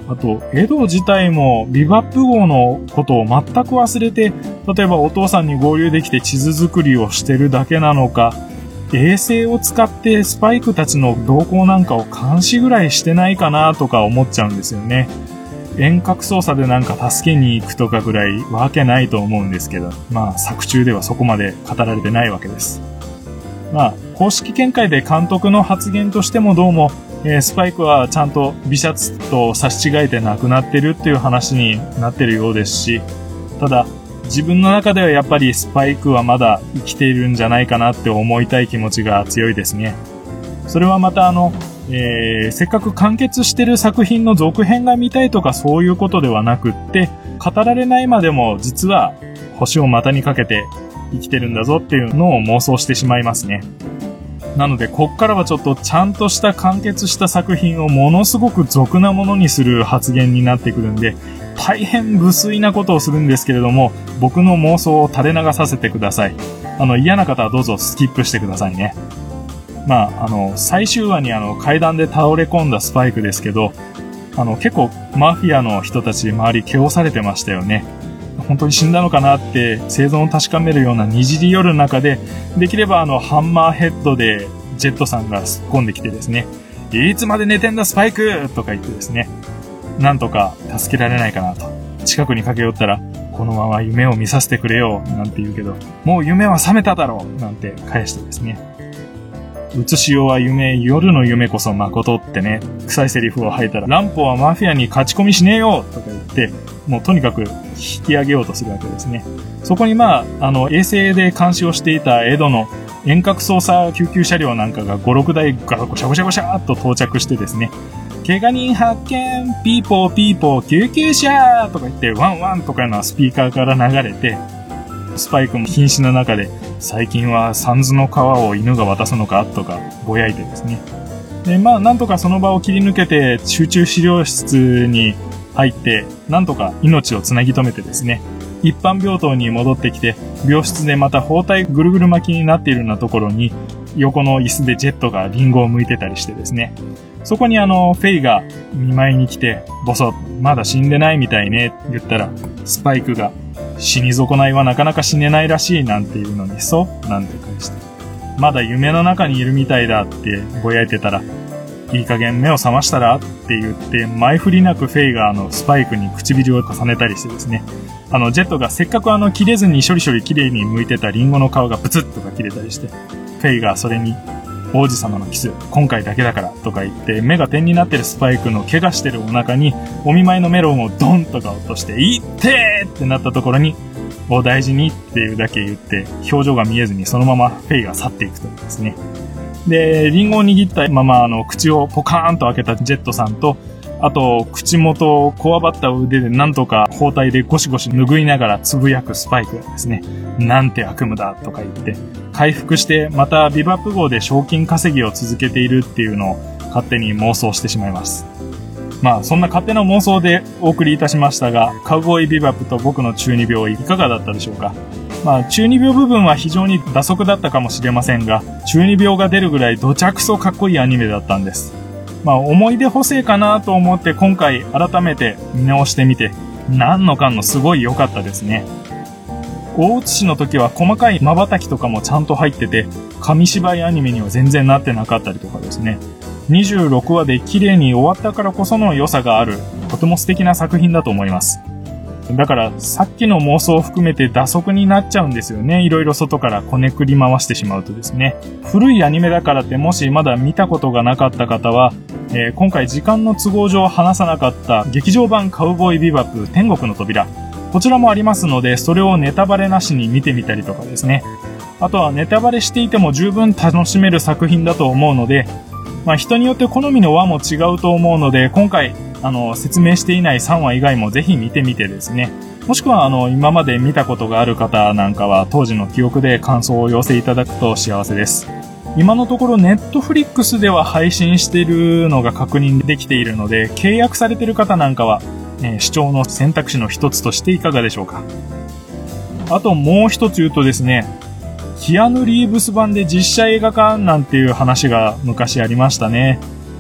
あと、エド自体もビバップ号のことを全く忘れて、例えばお父さんに合流できて地図作りをしてるだけなのか、衛星を使ってスパイクたちの動向なんかを監視ぐらいしてないかなとか思っちゃうんですよね。遠隔操作でなんか助けに行くとかぐらいわけないと思うんですけど、作中ではそこまで語られてないわけです。公式見解で監督の発言としてもどうも、スパイクはちゃんと微シャツと差し違えて亡くなってるっていう話になってるようですし、ただ自分の中ではやっぱりスパイクはまだ生きているんじゃないかなって思いたい気持ちが強いですね。それはまたせっかく完結してる作品の続編が見たいとかそういうことではなくって、語られないまでも実は星を股にかけて生きてるんだぞっていうのを妄想してしまいますね。なのでこっからはちょっとちゃんとした完結した作品をものすごく俗なものにする発言になってくるんで、大変無粋なことをするんですけれども、僕の妄想を垂れ流させてください。嫌な方はどうぞスキップしてくださいね。最終話に階段で倒れ込んだスパイクですけど、結構マフィアの人たち周り蹴押されてましたよね。本当に死んだのかなって生存を確かめるようなにじり寄る中で、できればハンマーヘッドでジェットさんが突っ込んできてですね、いつまで寝てんだスパイクとか言ってですね、なんとか助けられないかなと。近くに駆け寄ったら、このまま夢を見させてくれよなんて言うけど、もう夢は覚めただろうなんて返してですね、うつしようは夢、夜の夢こそ誠ってね、臭いセリフを吐いたら、乱歩はマフィアに勝ち込みしねえよとか言って、もうとにかく引き上げようとするわけですね。そこに衛星で監視をしていたエドの遠隔操作救急車両なんかが5、6台ガゴシャゴシャゴシャーっと到着してですね、怪我人発見ピーポーピーポー救急車とか言ってワンワンとかいうのはスピーカーから流れて、スパイクも瀕死の中で最近は三途の川を犬が渡すのかとかぼやいてですね。で、なんとかその場を切り抜けて集中治療室に入って、なんとか命をつなぎ止めてですね、一般病棟に戻ってきて、病室でまた包帯ぐるぐる巻きになっているようなところに、横の椅子でジェットがリンゴを剥いてたりしてですね、そこにフェイが見舞いに来て、ボソッ、まだ死んでないみたいね、言ったら、スパイクが、死に損ないはなかなか死ねないらしいなんていうのに、そうなんて返して、まだ夢の中にいるみたいだってぼやいてたら、いい加減目を覚ましたらって言って、前振りなくフェイがスパイクに唇を重ねたりしてですね、ジェットがせっかく切れずに処理処理綺麗に剥いてたリンゴの皮がプツッとか切れたりして、フェイがそれに、王子様のキス、今回だけだからとか言って、目が点になってるスパイクの怪我してるお腹に、お見舞いのメロンをドンとか落として、いってーってなったところに、お大事にっていうだけ言って、表情が見えずにそのままフェイが去っていくとですね。で、リンゴを握ったまま口をポカーンと開けたジェットさんと、あと、口元をこわばった腕でなんとか包帯でゴシゴシ拭いながらつぶやくスパイクがですね、なんて悪夢だとか言って、回復してまたビバップ号で賞金稼ぎを続けているっていうのを勝手に妄想してしまいます。そんな勝手な妄想でお送りいたしましたが、カウボーイビバップと僕の中二病いかがだったでしょうか。中二病部分は非常に打足だったかもしれませんが、中二病が出るぐらいどちゃくそかっこいいアニメだったんです。思い出補正かなと思って今回改めて見直してみて、何のかんのすごい良かったですね。大写しの時は細かい瞬きとかもちゃんと入ってて、紙芝居アニメには全然なってなかったりとかですね。26話で綺麗に終わったからこその良さがある、とても素敵な作品だと思います。だからさっきの妄想を含めて打足になっちゃうんですよね。いろいろ外からこねくり回してしまうとですね。古いアニメだからってもしまだ見たことがなかった方は、今回時間の都合上話さなかった劇場版カウボーイビバップ天国の扉、こちらもありますので、それをネタバレなしに見てみたりとかですね。あとはネタバレしていても十分楽しめる作品だと思うので、人によって好みの輪も違うと思うので、今回説明していない3話以外もぜひ見てみてですね。もしくは今まで見たことがある方なんかは当時の記憶で感想をお寄せいただくと幸せです。今のところネットフリックスでは配信しているのが確認できているので、契約されている方なんかは、視聴の選択肢の一つとしていかがでしょうか。あともう一つ言うとですね、キアヌ・リーブス版で実写映画化なんていう話が昔ありましたね。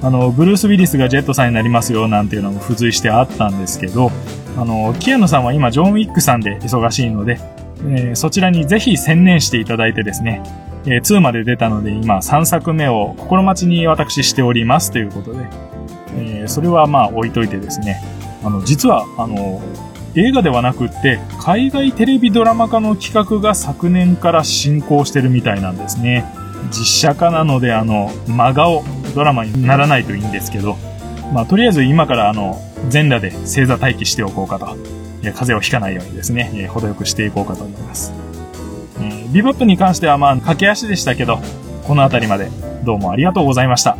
ブルース・ウィリスがジェットさんになりますよなんていうのも付随してあったんですけど、キアヌさんは今ジョン・ウィックさんで忙しいので、そちらにぜひ専念していただいてですね、2まで出たので今3作目を心待ちに私しておりますということで、それはまあ置いといてですね、実は映画ではなくって海外テレビドラマ化の企画が昨年から進行してるみたいなんですね。実写化なので真顔ドラマにならないといいんですけど、まあとりあえず今から全裸で正座待機しておこうかと、風邪をひかないようにですね、程よくしていこうかと思います。ビバップに関してはまあ駆け足でしたけど、このあたりまでどうもありがとうございました。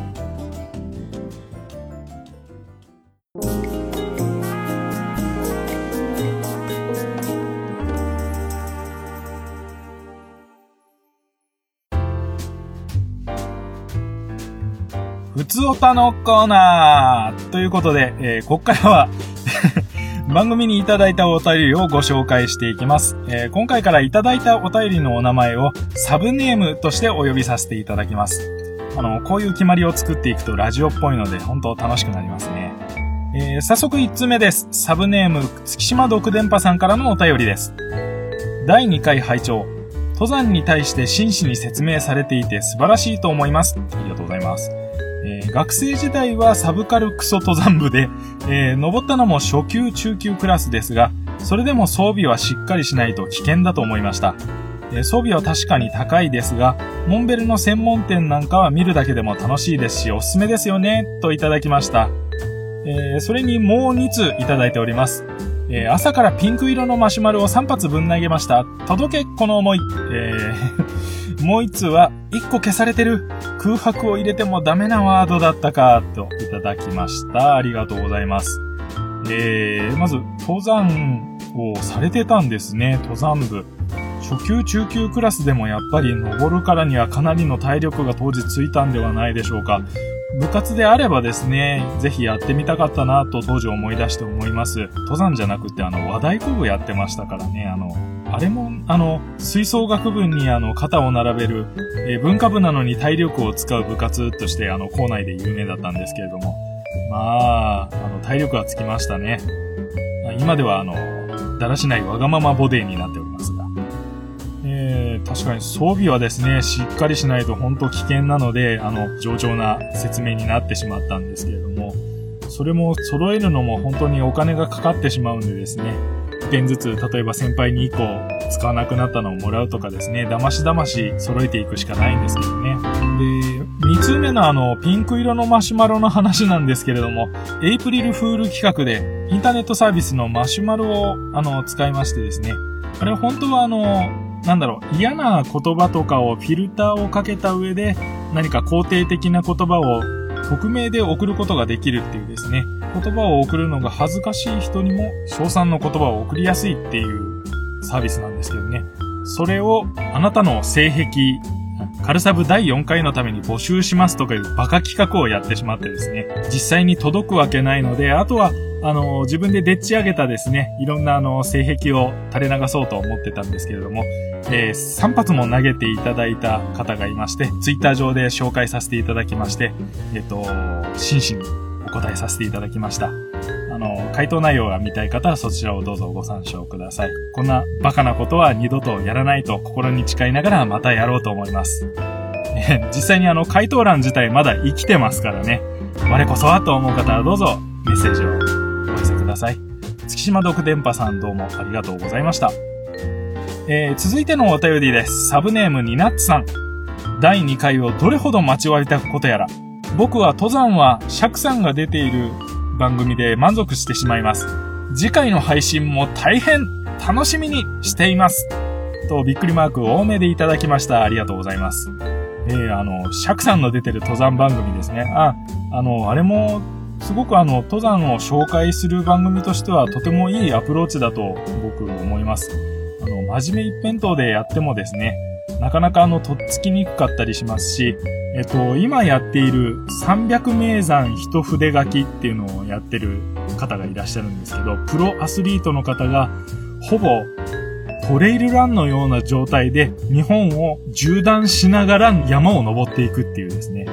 ふつおたのコーナーということで、ここからは番組にいただいたお便りをご紹介していきます。今回からいただいたお便りのお名前をサブネームとしてお呼びさせていただきます。こういう決まりを作っていくとラジオっぽいので本当楽しくなりますね。早速1つ目です。サブネーム月島独電波さんからのお便りです。第2回拝聴。登山に対して真摯に説明されていて素晴らしいと思います。ありがとうございます。学生時代はサブカルクソ登山部で、登ったのも初級中級クラスですが、それでも装備はしっかりしないと危険だと思いました。装備は確かに高いですが、モンベルの専門店なんかは見るだけでも楽しいですし、おすすめですよね、といただきました。それにもう2通いただいております。朝からピンク色のマシュマロを3発ぶん投げました。届けこの思い。もう1通は1個消されてる。空白を入れてもダメなワードだったか、といただきました。ありがとうございます。まず、登山をされてたんですね。登山部。初級中級クラスでもやっぱり登るからにはかなりの体力が当時ついたんではないでしょうか。部活であればですね、ぜひやってみたかったなと当時思い出して思います。登山じゃなくて和太鼓部やってましたからね。あれも吹奏楽部に肩を並べる、文化部なのに体力を使う部活として校内で有名だったんですけれども、まあ体力がつきましたね。今ではだらしないわがままボディになっておりますが、確かに装備はですね、しっかりしないと本当危険なので、冗長な説明になってしまったんですけれども、それも揃えるのも本当にお金がかかってしまうんでですね、1点ずつ、例えば先輩に1個使わなくなったのをもらうとかですね、だましだまし揃えていくしかないんですけどね。で、2通目のピンク色のマシュマロの話なんですけれども、エイプリルフール企画でインターネットサービスのマシュマロを使いましてですね、あれ本当は嫌な言葉とかをフィルターをかけた上で何か肯定的な言葉を匿名で送ることができるっていうですね、言葉を送るのが恥ずかしい人にも称賛の言葉を送りやすいっていうサービスなんですけどね。それをあなたの性癖、カルサブ第4回のために募集しますとかいうバカ企画をやってしまってですね、実際に届くわけないので、あとは自分ででっち上げたですね、いろんな性癖を垂れ流そうと思ってたんですけれども、3発も投げていただいた方がいまして、ツイッター上で紹介させていただきまして、真摯にお答えさせていただきました。回答内容が見たい方はそちらをどうぞご参照ください。こんなバカなことは二度とやらないと心に誓いながらまたやろうと思います。実際に回答欄自体まだ生きてますからね。我こそはと思う方はどうぞメッセージをお寄せください。月島独電波さんどうもありがとうございました。続いてのお便りです。サブネームにナッツさん。第2回をどれほど待ちわびたことやら。僕は登山は釈さんが出ている番組で満足してしまいます。次回の配信も大変楽しみにしています。とびっくりマークを多めでいただきました。ありがとうございます。釈さんの出てる登山番組ですね。あれもすごく登山を紹介する番組としてはとてもいいアプローチだと僕思います。真面目一辺倒でやってもですね、なかなかとっつきにくかったりしますし、今やっている300名山一筆書きっていうのをやってる方がいらっしゃるんですけど、プロアスリートの方がほぼトレイルランのような状態で日本を縦断しながら山を登っていくっていうですね、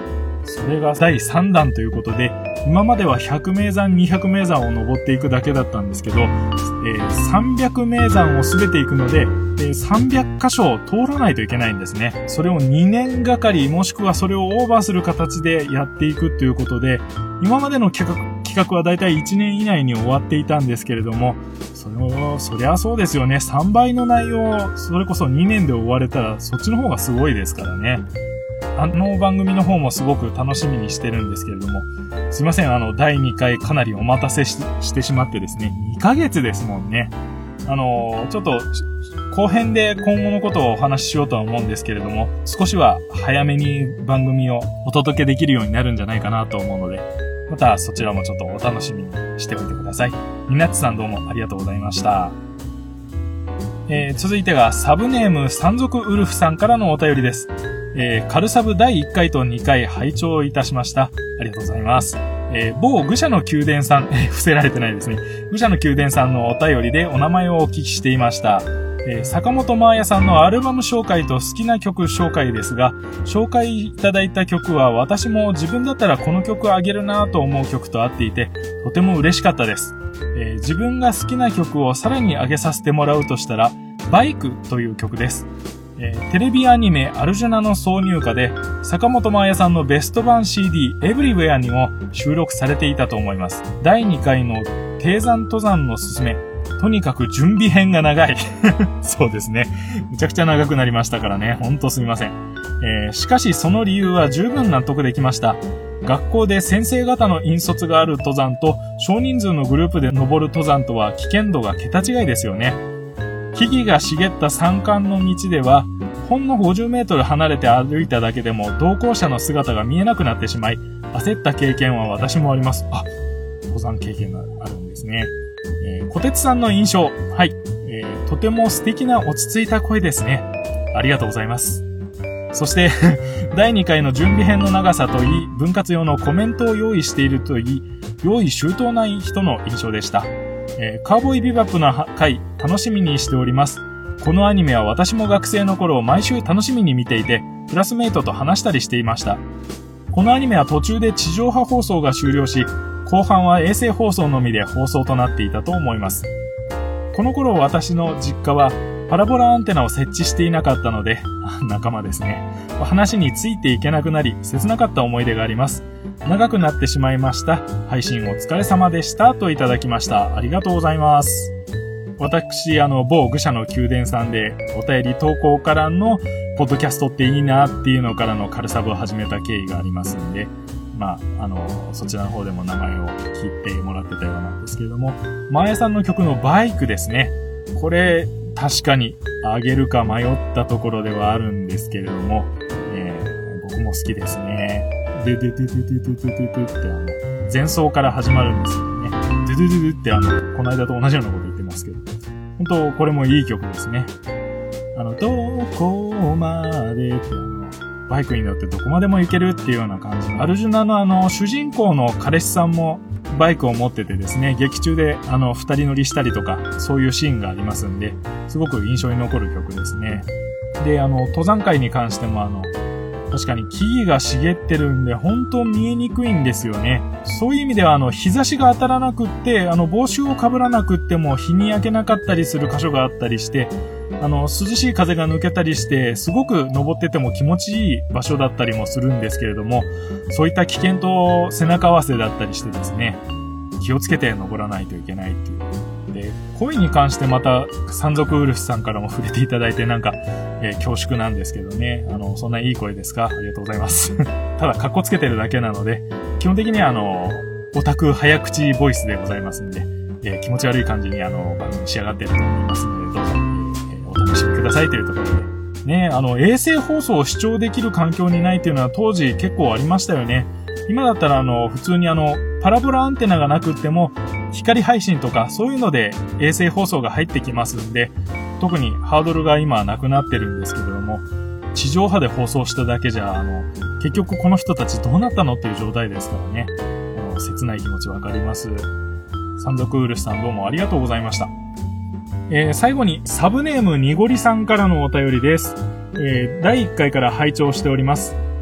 それが第3弾ということで、今までは100名山、200名山を登っていくだけだったんですけど、300名山を全て行くので、300箇所を通らないといけないんですね。それを2年がかり、もしくはそれをオーバーする形でやっていくということで、今までの企画はだいたい1年以内に終わっていたんですけれども、そりゃそうですよね。3倍の内容をそれこそ2年で終われたら、そっちの方がすごいですからね。番組の方もすごく楽しみにしてるんですけれども、すいません、第2回かなりお待たせしてしまってですね、2ヶ月ですもんね。ちょっと、後編で今後のことをお話ししようとは思うんですけれども、少しは早めに番組をお届けできるようになるんじゃないかなと思うので、またそちらもちょっとお楽しみにしておいてください。みなっちさんどうもありがとうございました。続いてがサブネーム山賊ウルフさんからのお便りです。カルサブ第1回と2回拝聴いたしました。ありがとうございます。某愚者の宮殿さん、伏せられてないですね。愚者の宮殿さんのお便りでお名前をお聞きしていました。坂本真綾さんのアルバム紹介と好きな曲紹介ですが、紹介いただいた曲は私も自分だったらこの曲あげるなと思う曲と合っていて、とても嬉しかったです。自分が好きな曲をさらに上げさせてもらうとしたら、バイクという曲です。テレビアニメアルジュナの挿入歌で坂本真綾さんのベスト版 CD Everywhere にも収録されていたと思います。第2回の低山登山のすすめ、とにかく準備編が長いそうですね、むちゃくちゃ長くなりましたからね、ほんとすみません。しかしその理由は十分納得できました。学校で先生方の引率がある登山と少人数のグループで登る登山とは危険度が桁違いですよね。木々が茂った山間の道では、ほんの50メートル離れて歩いただけでも同行者の姿が見えなくなってしまい、焦った経験は私もあります。登山経験があるんですね。小鉄さんの印象。はい。とても素敵な落ち着いた声ですね。ありがとうございます。そして、第2回の準備編の長さといい、分割用のコメントを用意しているといい、用意周到な人の印象でした。カーボーイビバップの回、楽しみにしております。このアニメは私も学生の頃毎週楽しみに見ていて、クラスメイトと話したりしていました。このアニメは途中で地上波放送が終了し、後半は衛星放送のみで放送となっていたと思います。この頃私の実家はパラボラアンテナを設置していなかったので、仲間ですね。話についていけなくなり、切なかった思い出があります。長くなってしまいました。配信お疲れ様でした。といただきました。ありがとうございます。私、某愚者の宮殿さんでお便り投稿からのポッドキャストっていいなっていうのからのカルサブを始めた経緯がありますんで、そちらの方でも名前を聞いてもらってたようなんですけれども、真綾さんの曲のバイクですね。これ、確かにあげるか迷ったところではあるんですけれども、僕も好きですね。ででででででででって前奏から始まるんですけどね。ででででってこの間と同じようなこと言ってますけど、本当これもいい曲ですね。どこまでってバイクに乗ってどこまでも行けるっていうような感じの、アルジュナの主人公の彼氏さんもバイクを持っててですね、劇中で二人乗りしたりとか、そういうシーンがありますんで、すごく印象に残る曲ですね。で、登山界に関しても確かに木々が茂ってるんで、本当見えにくいんですよね。そういう意味では日差しが当たらなくって、帽子をかぶらなくっても日に焼けなかったりする箇所があったりして、涼しい風が抜けたりして、すごく登ってても気持ちいい場所だったりもするんですけれども、そういった危険と背中合わせだったりしてですね、気をつけて登らないといけないっていう。で、声に関してまた山賊ウルフさんからも触れていただいて恐縮なんですけどね、そんないい声ですか？ありがとうございます。ただ、格好つけてるだけなので、基本的にオタク早口ボイスでございますんで、気持ち悪い感じに番組仕上がっていると思いますので、どうぞ、お楽しみくださいというところで。ね、衛星放送を視聴できる環境にないっていうのは当時結構ありましたよね。今だったら普通にパラボラアンテナがなくっても、光配信とかそういうので衛星放送が入ってきますんで、特にハードルが今なくなってるんですけれども、地上波で放送しただけじゃ、結局この人たちどうなったのっていう状態ですからね。切ない気持ちわかります。山賊ウルフさんどうもありがとうございました。最後にサブネームにごりさんからのお便りです。第1回から拝聴しております。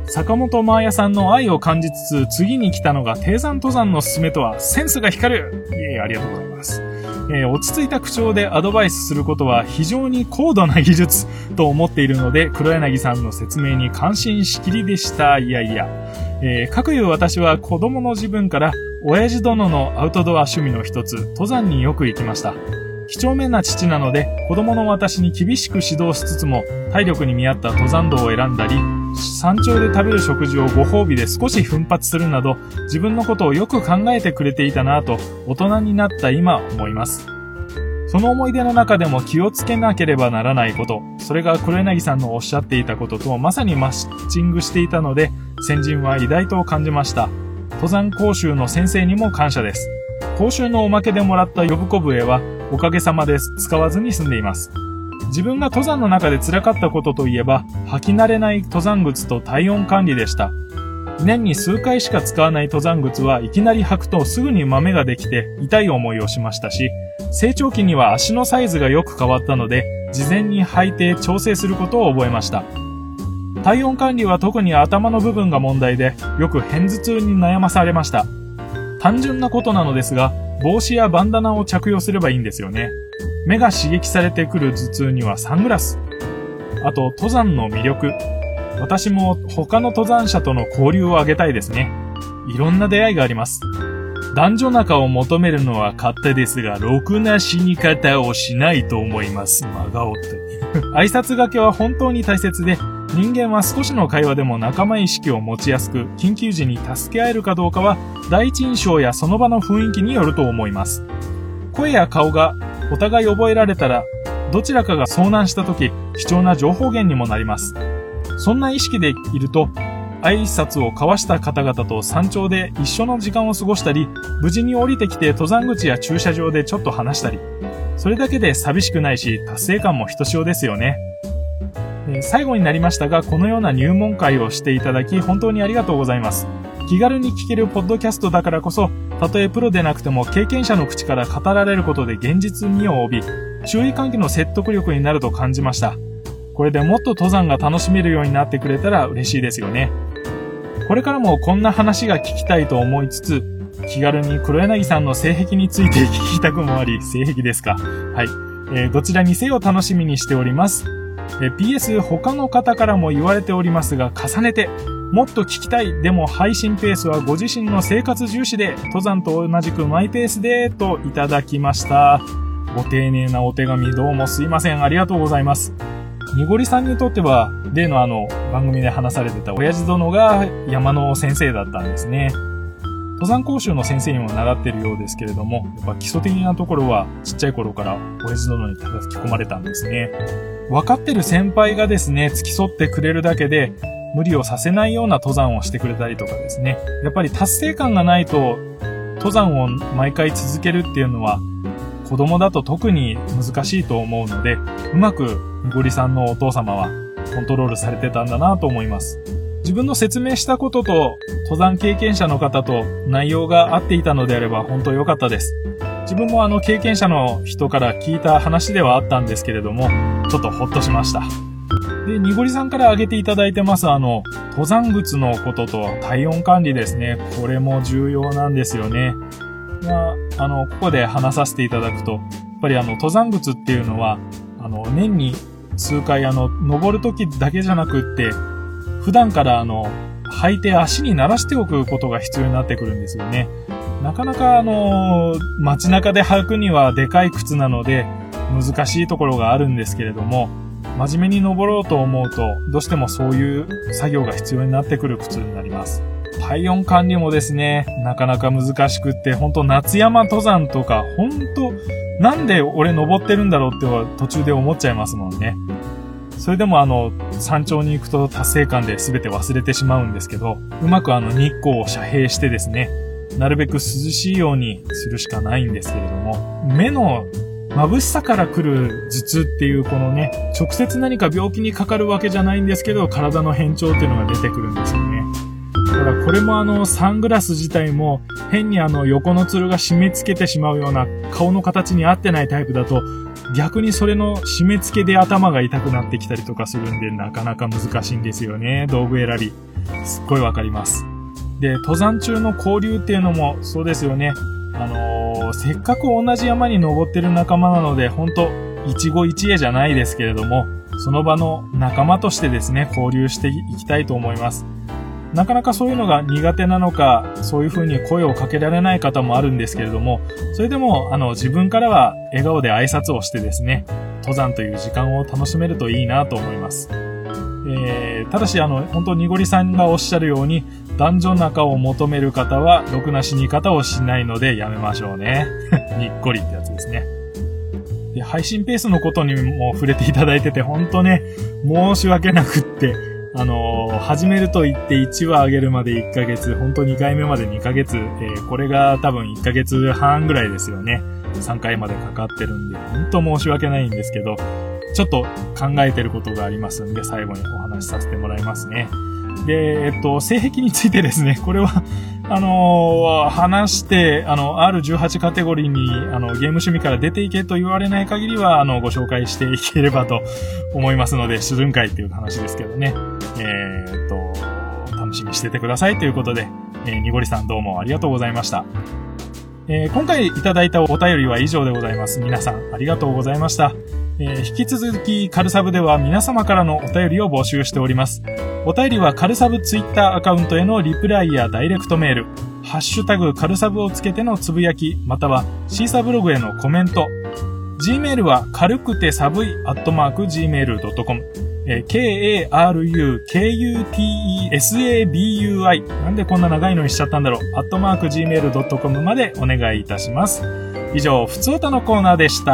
坂本真綾さんの愛を感じつつ、次に来たのが低山登山のすすめとはセンスが光る。ありがとうございます。落ち着いた口調でアドバイスすることは非常に高度な技術と思っているので、黒柳さんの説明に感心しきりでした。かくいう私は子供の自分から親父殿のアウトドア趣味の一つ、登山によく行きました。几帳面な父なので、子供の私に厳しく指導しつつも、体力に見合った登山道を選んだり、山頂で食べる食事をご褒美で少し奮発するなど、自分のことをよく考えてくれていたなぁと、大人になった今思います。その思い出の中でも気をつけなければならないこと、それが黒柳さんのおっしゃっていたこととまさにマッチングしていたので、先人は偉大と感じました。登山講習の先生にも感謝です。講習のおまけでもらった呼子笛は、おかげさまで使わずに済んでいます。自分が登山の中で辛かったことといえば、履き慣れない登山靴と体温管理でした。年に数回しか使わない登山靴はいきなり履くとすぐに豆ができて痛い思いをしましたし、成長期には足のサイズがよく変わったので、事前に履いて調整することを覚えました。体温管理は特に頭の部分が問題で、よく片頭痛に悩まされました。単純なことなのですが、帽子やバンダナを着用すればいいんですよね。目が刺激されてくる頭痛にはサングラス。あと、登山の魅力。私も他の登山者との交流を上げたいですね。いろんな出会いがあります。男女仲を求めるのは勝手ですが、ろくな死に方をしないと思います。真顔って。挨拶掛けは本当に大切で、人間は少しの会話でも仲間意識を持ちやすく、緊急時に助け合えるかどうかは、第一印象やその場の雰囲気によると思います。声や顔がお互い覚えられたら、どちらかが遭難した時、貴重な情報源にもなります。そんな意識でいると、挨拶を交わした方々と山頂で一緒の時間を過ごしたり、無事に降りてきて登山口や駐車場でちょっと話したり、それだけで寂しくないし、達成感もひとしおですよね。最後になりましたが、このような入門会をしていただき本当にありがとうございます。気軽に聞けるポッドキャストだからこそ、たとえプロでなくても経験者の口から語られることで現実味を帯び、注意喚起の説得力になると感じました。これでもっと登山が楽しめるようになってくれたら嬉しいですよね。これからもこんな話が聞きたいと思いつつ、気軽に黒柳さんの性癖について聞きたくもあり、性癖ですか。はい。どちらにせよ楽しみにしております。PS 他の方からも言われておりますが、重ねてもっと聞きたい。でも配信ペースはご自身の生活重視で、登山と同じくマイペースでといただきました。ご丁寧なお手紙どうもすいません。ありがとうございます。にごりさんにとっては例の番組で話されてた親父殿が山の先生だったんですね。登山講習の先生にも習ってるようですけれども、やっぱ基礎的なところはちっちゃい頃から親父殿に叩き込まれたんですね。分かってる先輩がですね、付き添ってくれるだけで無理をさせないような登山をしてくれたりとかですね。やっぱり達成感がないと登山を毎回続けるっていうのは子供だと特に難しいと思うので、うまくにごりさんのお父様はコントロールされてたんだなと思います。自分の説明したことと登山経験者の方と内容が合っていたのであれば本当良かったです。自分も経験者の人から聞いた話ではあったんですけれども、ちょっとほっとしました。で、にごりさんから挙げていただいてます登山靴のことと体温管理ですね。これも重要なんですよね。ここで話させていただくと、やっぱり登山靴っていうのは、年に数回登る時だけじゃなくって、普段から履いて足に慣らしておくことが必要になってくるんですよね。なかなか街中で履くにはでかい靴なので難しいところがあるんですけれども、真面目に登ろうと思うとどうしてもそういう作業が必要になってくる靴になります。体温管理もですね、なかなか難しくって、本当夏山登山とか本当なんで俺登ってるんだろうって途中で思っちゃいますもんね。それでも山頂に行くと達成感で全て忘れてしまうんですけど、うまく日光を遮蔽してですね、なるべく涼しいようにするしかないんですけれども、目の眩しさから来る頭痛っていうこのね、直接何か病気にかかるわけじゃないんですけど、体の変調っていうのが出てくるんですよね。 ただこれもサングラス自体も変に横のつるが締め付けてしまうような顔の形に合ってないタイプだと、逆にそれの締め付けで頭が痛くなってきたりとかするんで、なかなか難しいんですよね、道具選び。すっごいわかります。で、登山中の交流っていうのもそうですよね。せっかく同じ山に登ってる仲間なので、ほんと一期一会じゃないですけれども、その場の仲間としてですね、交流していきたいと思います。なかなかそういうのが苦手なのか、そういう風に声をかけられない方もあるんですけれども、それでも自分からは笑顔で挨拶をしてですね、登山という時間を楽しめるといいなと思います。ただし本当にごりさんがおっしゃるように、男女仲を求める方はろくな死に方をしないのでやめましょうね。にっこりってやつですね。で、配信ペースのことにも触れていただいてて、本当ね、申し訳なくって、始めると言って1話上げるまで1ヶ月、本当2回目まで2ヶ月、これが多分1ヶ月半ぐらいですよね。3回までかかってるんで、本当申し訳ないんですけど、ちょっと考えてることがありますんで、最後にお話しさせてもらいますね。で、性癖についてですね、これは、話して、R18 カテゴリーに、ゲーム趣味から出ていけと言われない限りは、ご紹介していければと思いますので、するんかいっていう話ですけどね。楽しみにしててくださいということで、にごりさんどうもありがとうございました。今回いただいたお便りは以上でございます。皆さんありがとうございました。引き続きカルサブでは皆様からのお便りを募集しております。お便りはカルサブツイッターアカウントへのリプライやダイレクトメール、ハッシュタグカルサブをつけてのつぶやき、またはシーサーブログへのコメント。Gmail は軽くてサブイ@gmail.com、KARUKUTESABUI、なんでこんな長いのにしちゃったんだろう、@gmail.com までお願いいたします。以上、ふつおたのコーナーでした。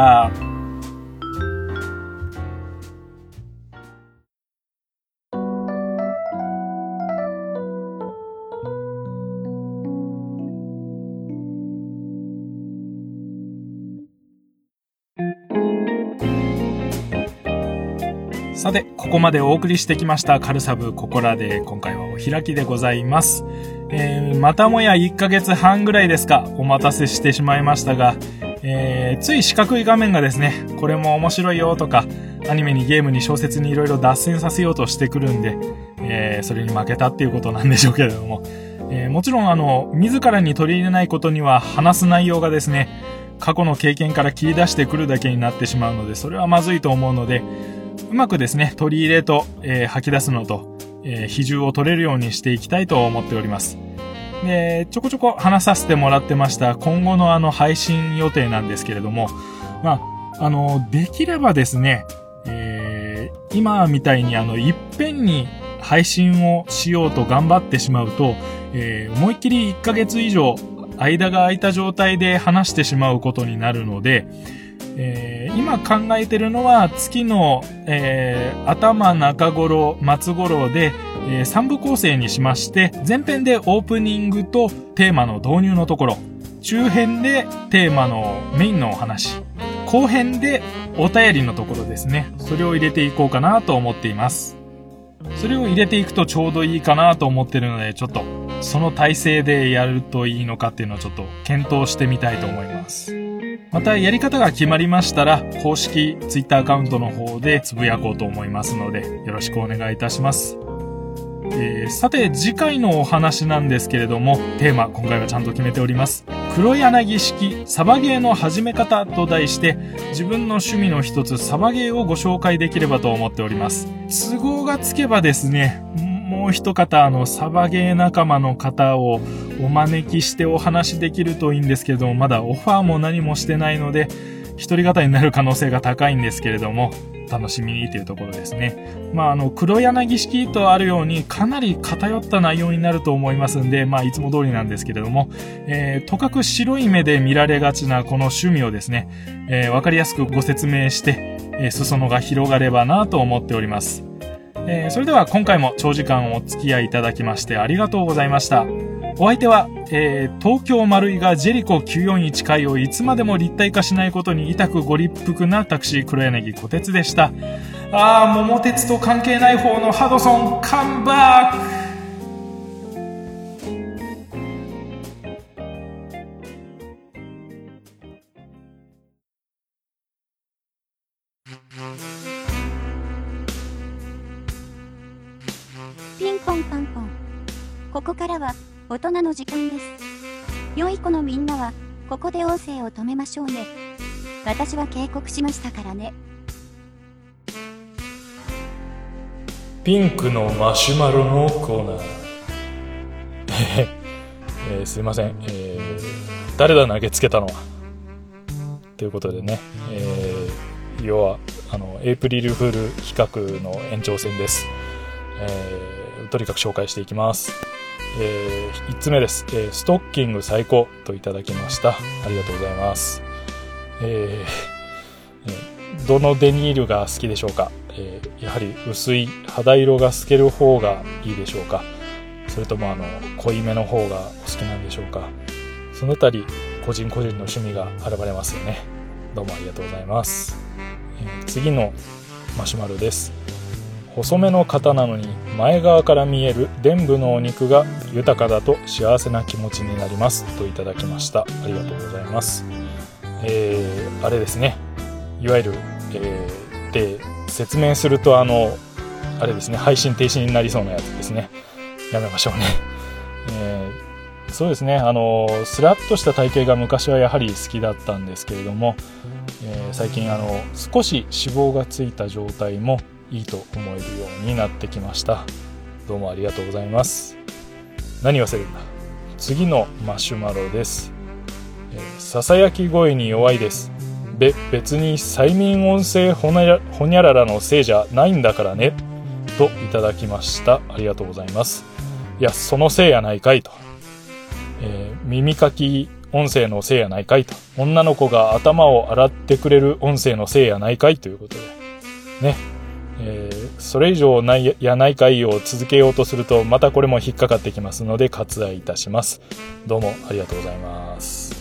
さて、ここまでお送りしてきましたカルサブここらで、今回はお開きでございます。またもや1ヶ月半ぐらいですか、お待たせしてしまいましたが、つい四角い画面がですね、これも面白いよとか、アニメにゲームに小説にいろいろ脱線させようとしてくるんで、それに負けたっていうことなんでしょうけれども、もちろん自らに取り入れないことには話す内容がですね、過去の経験から切り出してくるだけになってしまうので、それはまずいと思うので、うまくですね、取り入れと、吐き出すのと、比重を取れるようにしていきたいと思っております。で、ちょこちょこ話させてもらってました今後の配信予定なんですけれども、できればですね、今みたいにいっぺんに配信をしようと頑張ってしまうと、思いっきり1ヶ月以上間が空いた状態で話してしまうことになるので、今考えてるのは月の、頭中頃末頃で、3部構成にしまして、前編でオープニングとテーマの導入のところ、中編でテーマのメインのお話、後編でお便りのところですね、それを入れていこうかなと思っています。それを入れていくとちょうどいいかなと思ってるので、ちょっとその体制でやるといいのかっていうのをちょっと検討してみたいと思います。またやり方が決まりましたら、公式ツイッターアカウントの方でつぶやこうと思いますので、よろしくお願いいたします。さて、次回のお話なんですけれども、テーマ今回はちゃんと決めております。黒柳式サバゲーの始め方と題して、自分の趣味の一つサバゲーをご紹介できればと思っております。都合がつけばですね、もう一方サバゲー仲間の方をお招きしてお話できるといいんですけれども、まだオファーも何もしてないので一人語りになる可能性が高いんですけれども、楽しみにというところですね。黒柳式とあるようにかなり偏った内容になると思いますんで、いつも通りなんですけれども、とかく白い目で見られがちなこの趣味をですね、わかりやすくご説明して、裾野が広がればなと思っております。それでは今回も長時間お付き合いいただきましてありがとうございました。お相手は、東京丸井がジェリコ941回をいつまでも立体化しないことに痛くご立腹なタクシー黒柳小鉄でした。桃鉄と関係ない方のハドソンカムバック。 ピンポンパンポン。ここからは大人の時間です。良い子のみんなはここで音声を止めましょうね。私は警告しましたからね。 ピンクのマシュマロのコーナーすいません、誰だ投げつけたのはということでね、要はエイプリルフール企画の延長戦です。とにかく紹介していきます。1つ目です、ストッキング最高といただきました。ありがとうございます。どのデニールが好きでしょうか。やはり薄い肌色が透ける方がいいでしょうか、それとも濃いめの方がお好きなんでしょうか。そのあたり個人個人の趣味が現れますよね。どうもありがとうございます。次のマシュマロです。細めの型なのに前側から見える臀部のお肉が豊かだと幸せな気持ちになりますといただきました。ありがとうございます。あれですね、いわゆる、で説明するとあれですね、配信停止になりそうなやつですね。やめましょうね。そうですね、スラッとした体型が昔はやはり好きだったんですけれども、最近少し脂肪がついた状態もいいと思えるようになってきました。どうもありがとうございます。何忘れるんだ。次のマシュマロです。ささやき声に弱いです。別に催眠音声ほにゃららのせいじゃないんだからねといただきました。ありがとうございます。いや、そのせいやないかいと、耳かき音声のせいやないかいと、女の子が頭を洗ってくれる音声のせいやないかいということでね、それ以上やないかいを続けようとするとまたこれも引っかかってきますので割愛いたします。どうもありがとうございます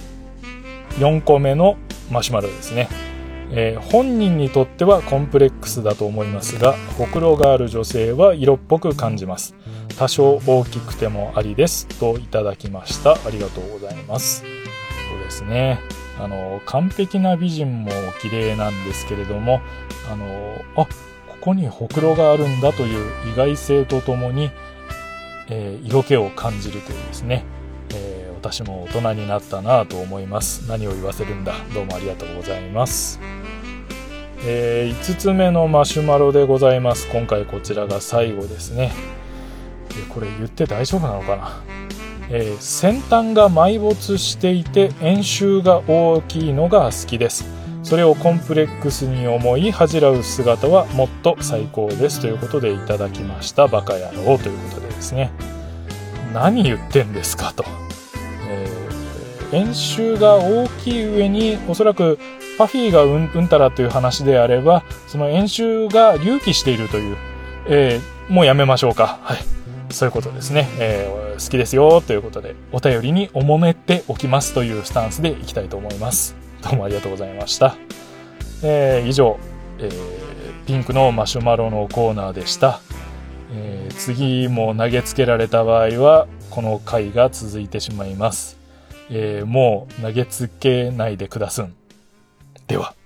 。4個目のマシュマロですね。本人にとってはコンプレックスだと思いますが、ほくろがある女性は色っぽく感じます。多少大きくてもありですといただきました。ありがとうございます。そうですね、完璧な美人も綺麗なんですけれども、ここにほくろがあるんだという意外性とともに、色気を感じるというですね、私も大人になったなと思います。何を言わせるんだ。どうもありがとうございます。5つ目のマシュマロでございます。今回こちらが最後ですね。これ言って大丈夫なのかな。先端が埋没していて円周が大きいのが好きです。それをコンプレックスに思い恥じらう姿はもっと最高ですということでいただきました。バカ野郎ということでですね、何言ってんですかと。円周が大きい上におそらくパフィーがうんたらという話であれば、その円周が隆起しているという、もうやめましょうか。はい、そういうことですね。好きですよということでお便りにおもねっておきますというスタンスでいきたいと思います。どうもありがとうございました。以上、ピンクのマシュマロのコーナーでした。次も投げつけられた場合はこの回が続いてしまいます。もう投げつけないでくださん。では。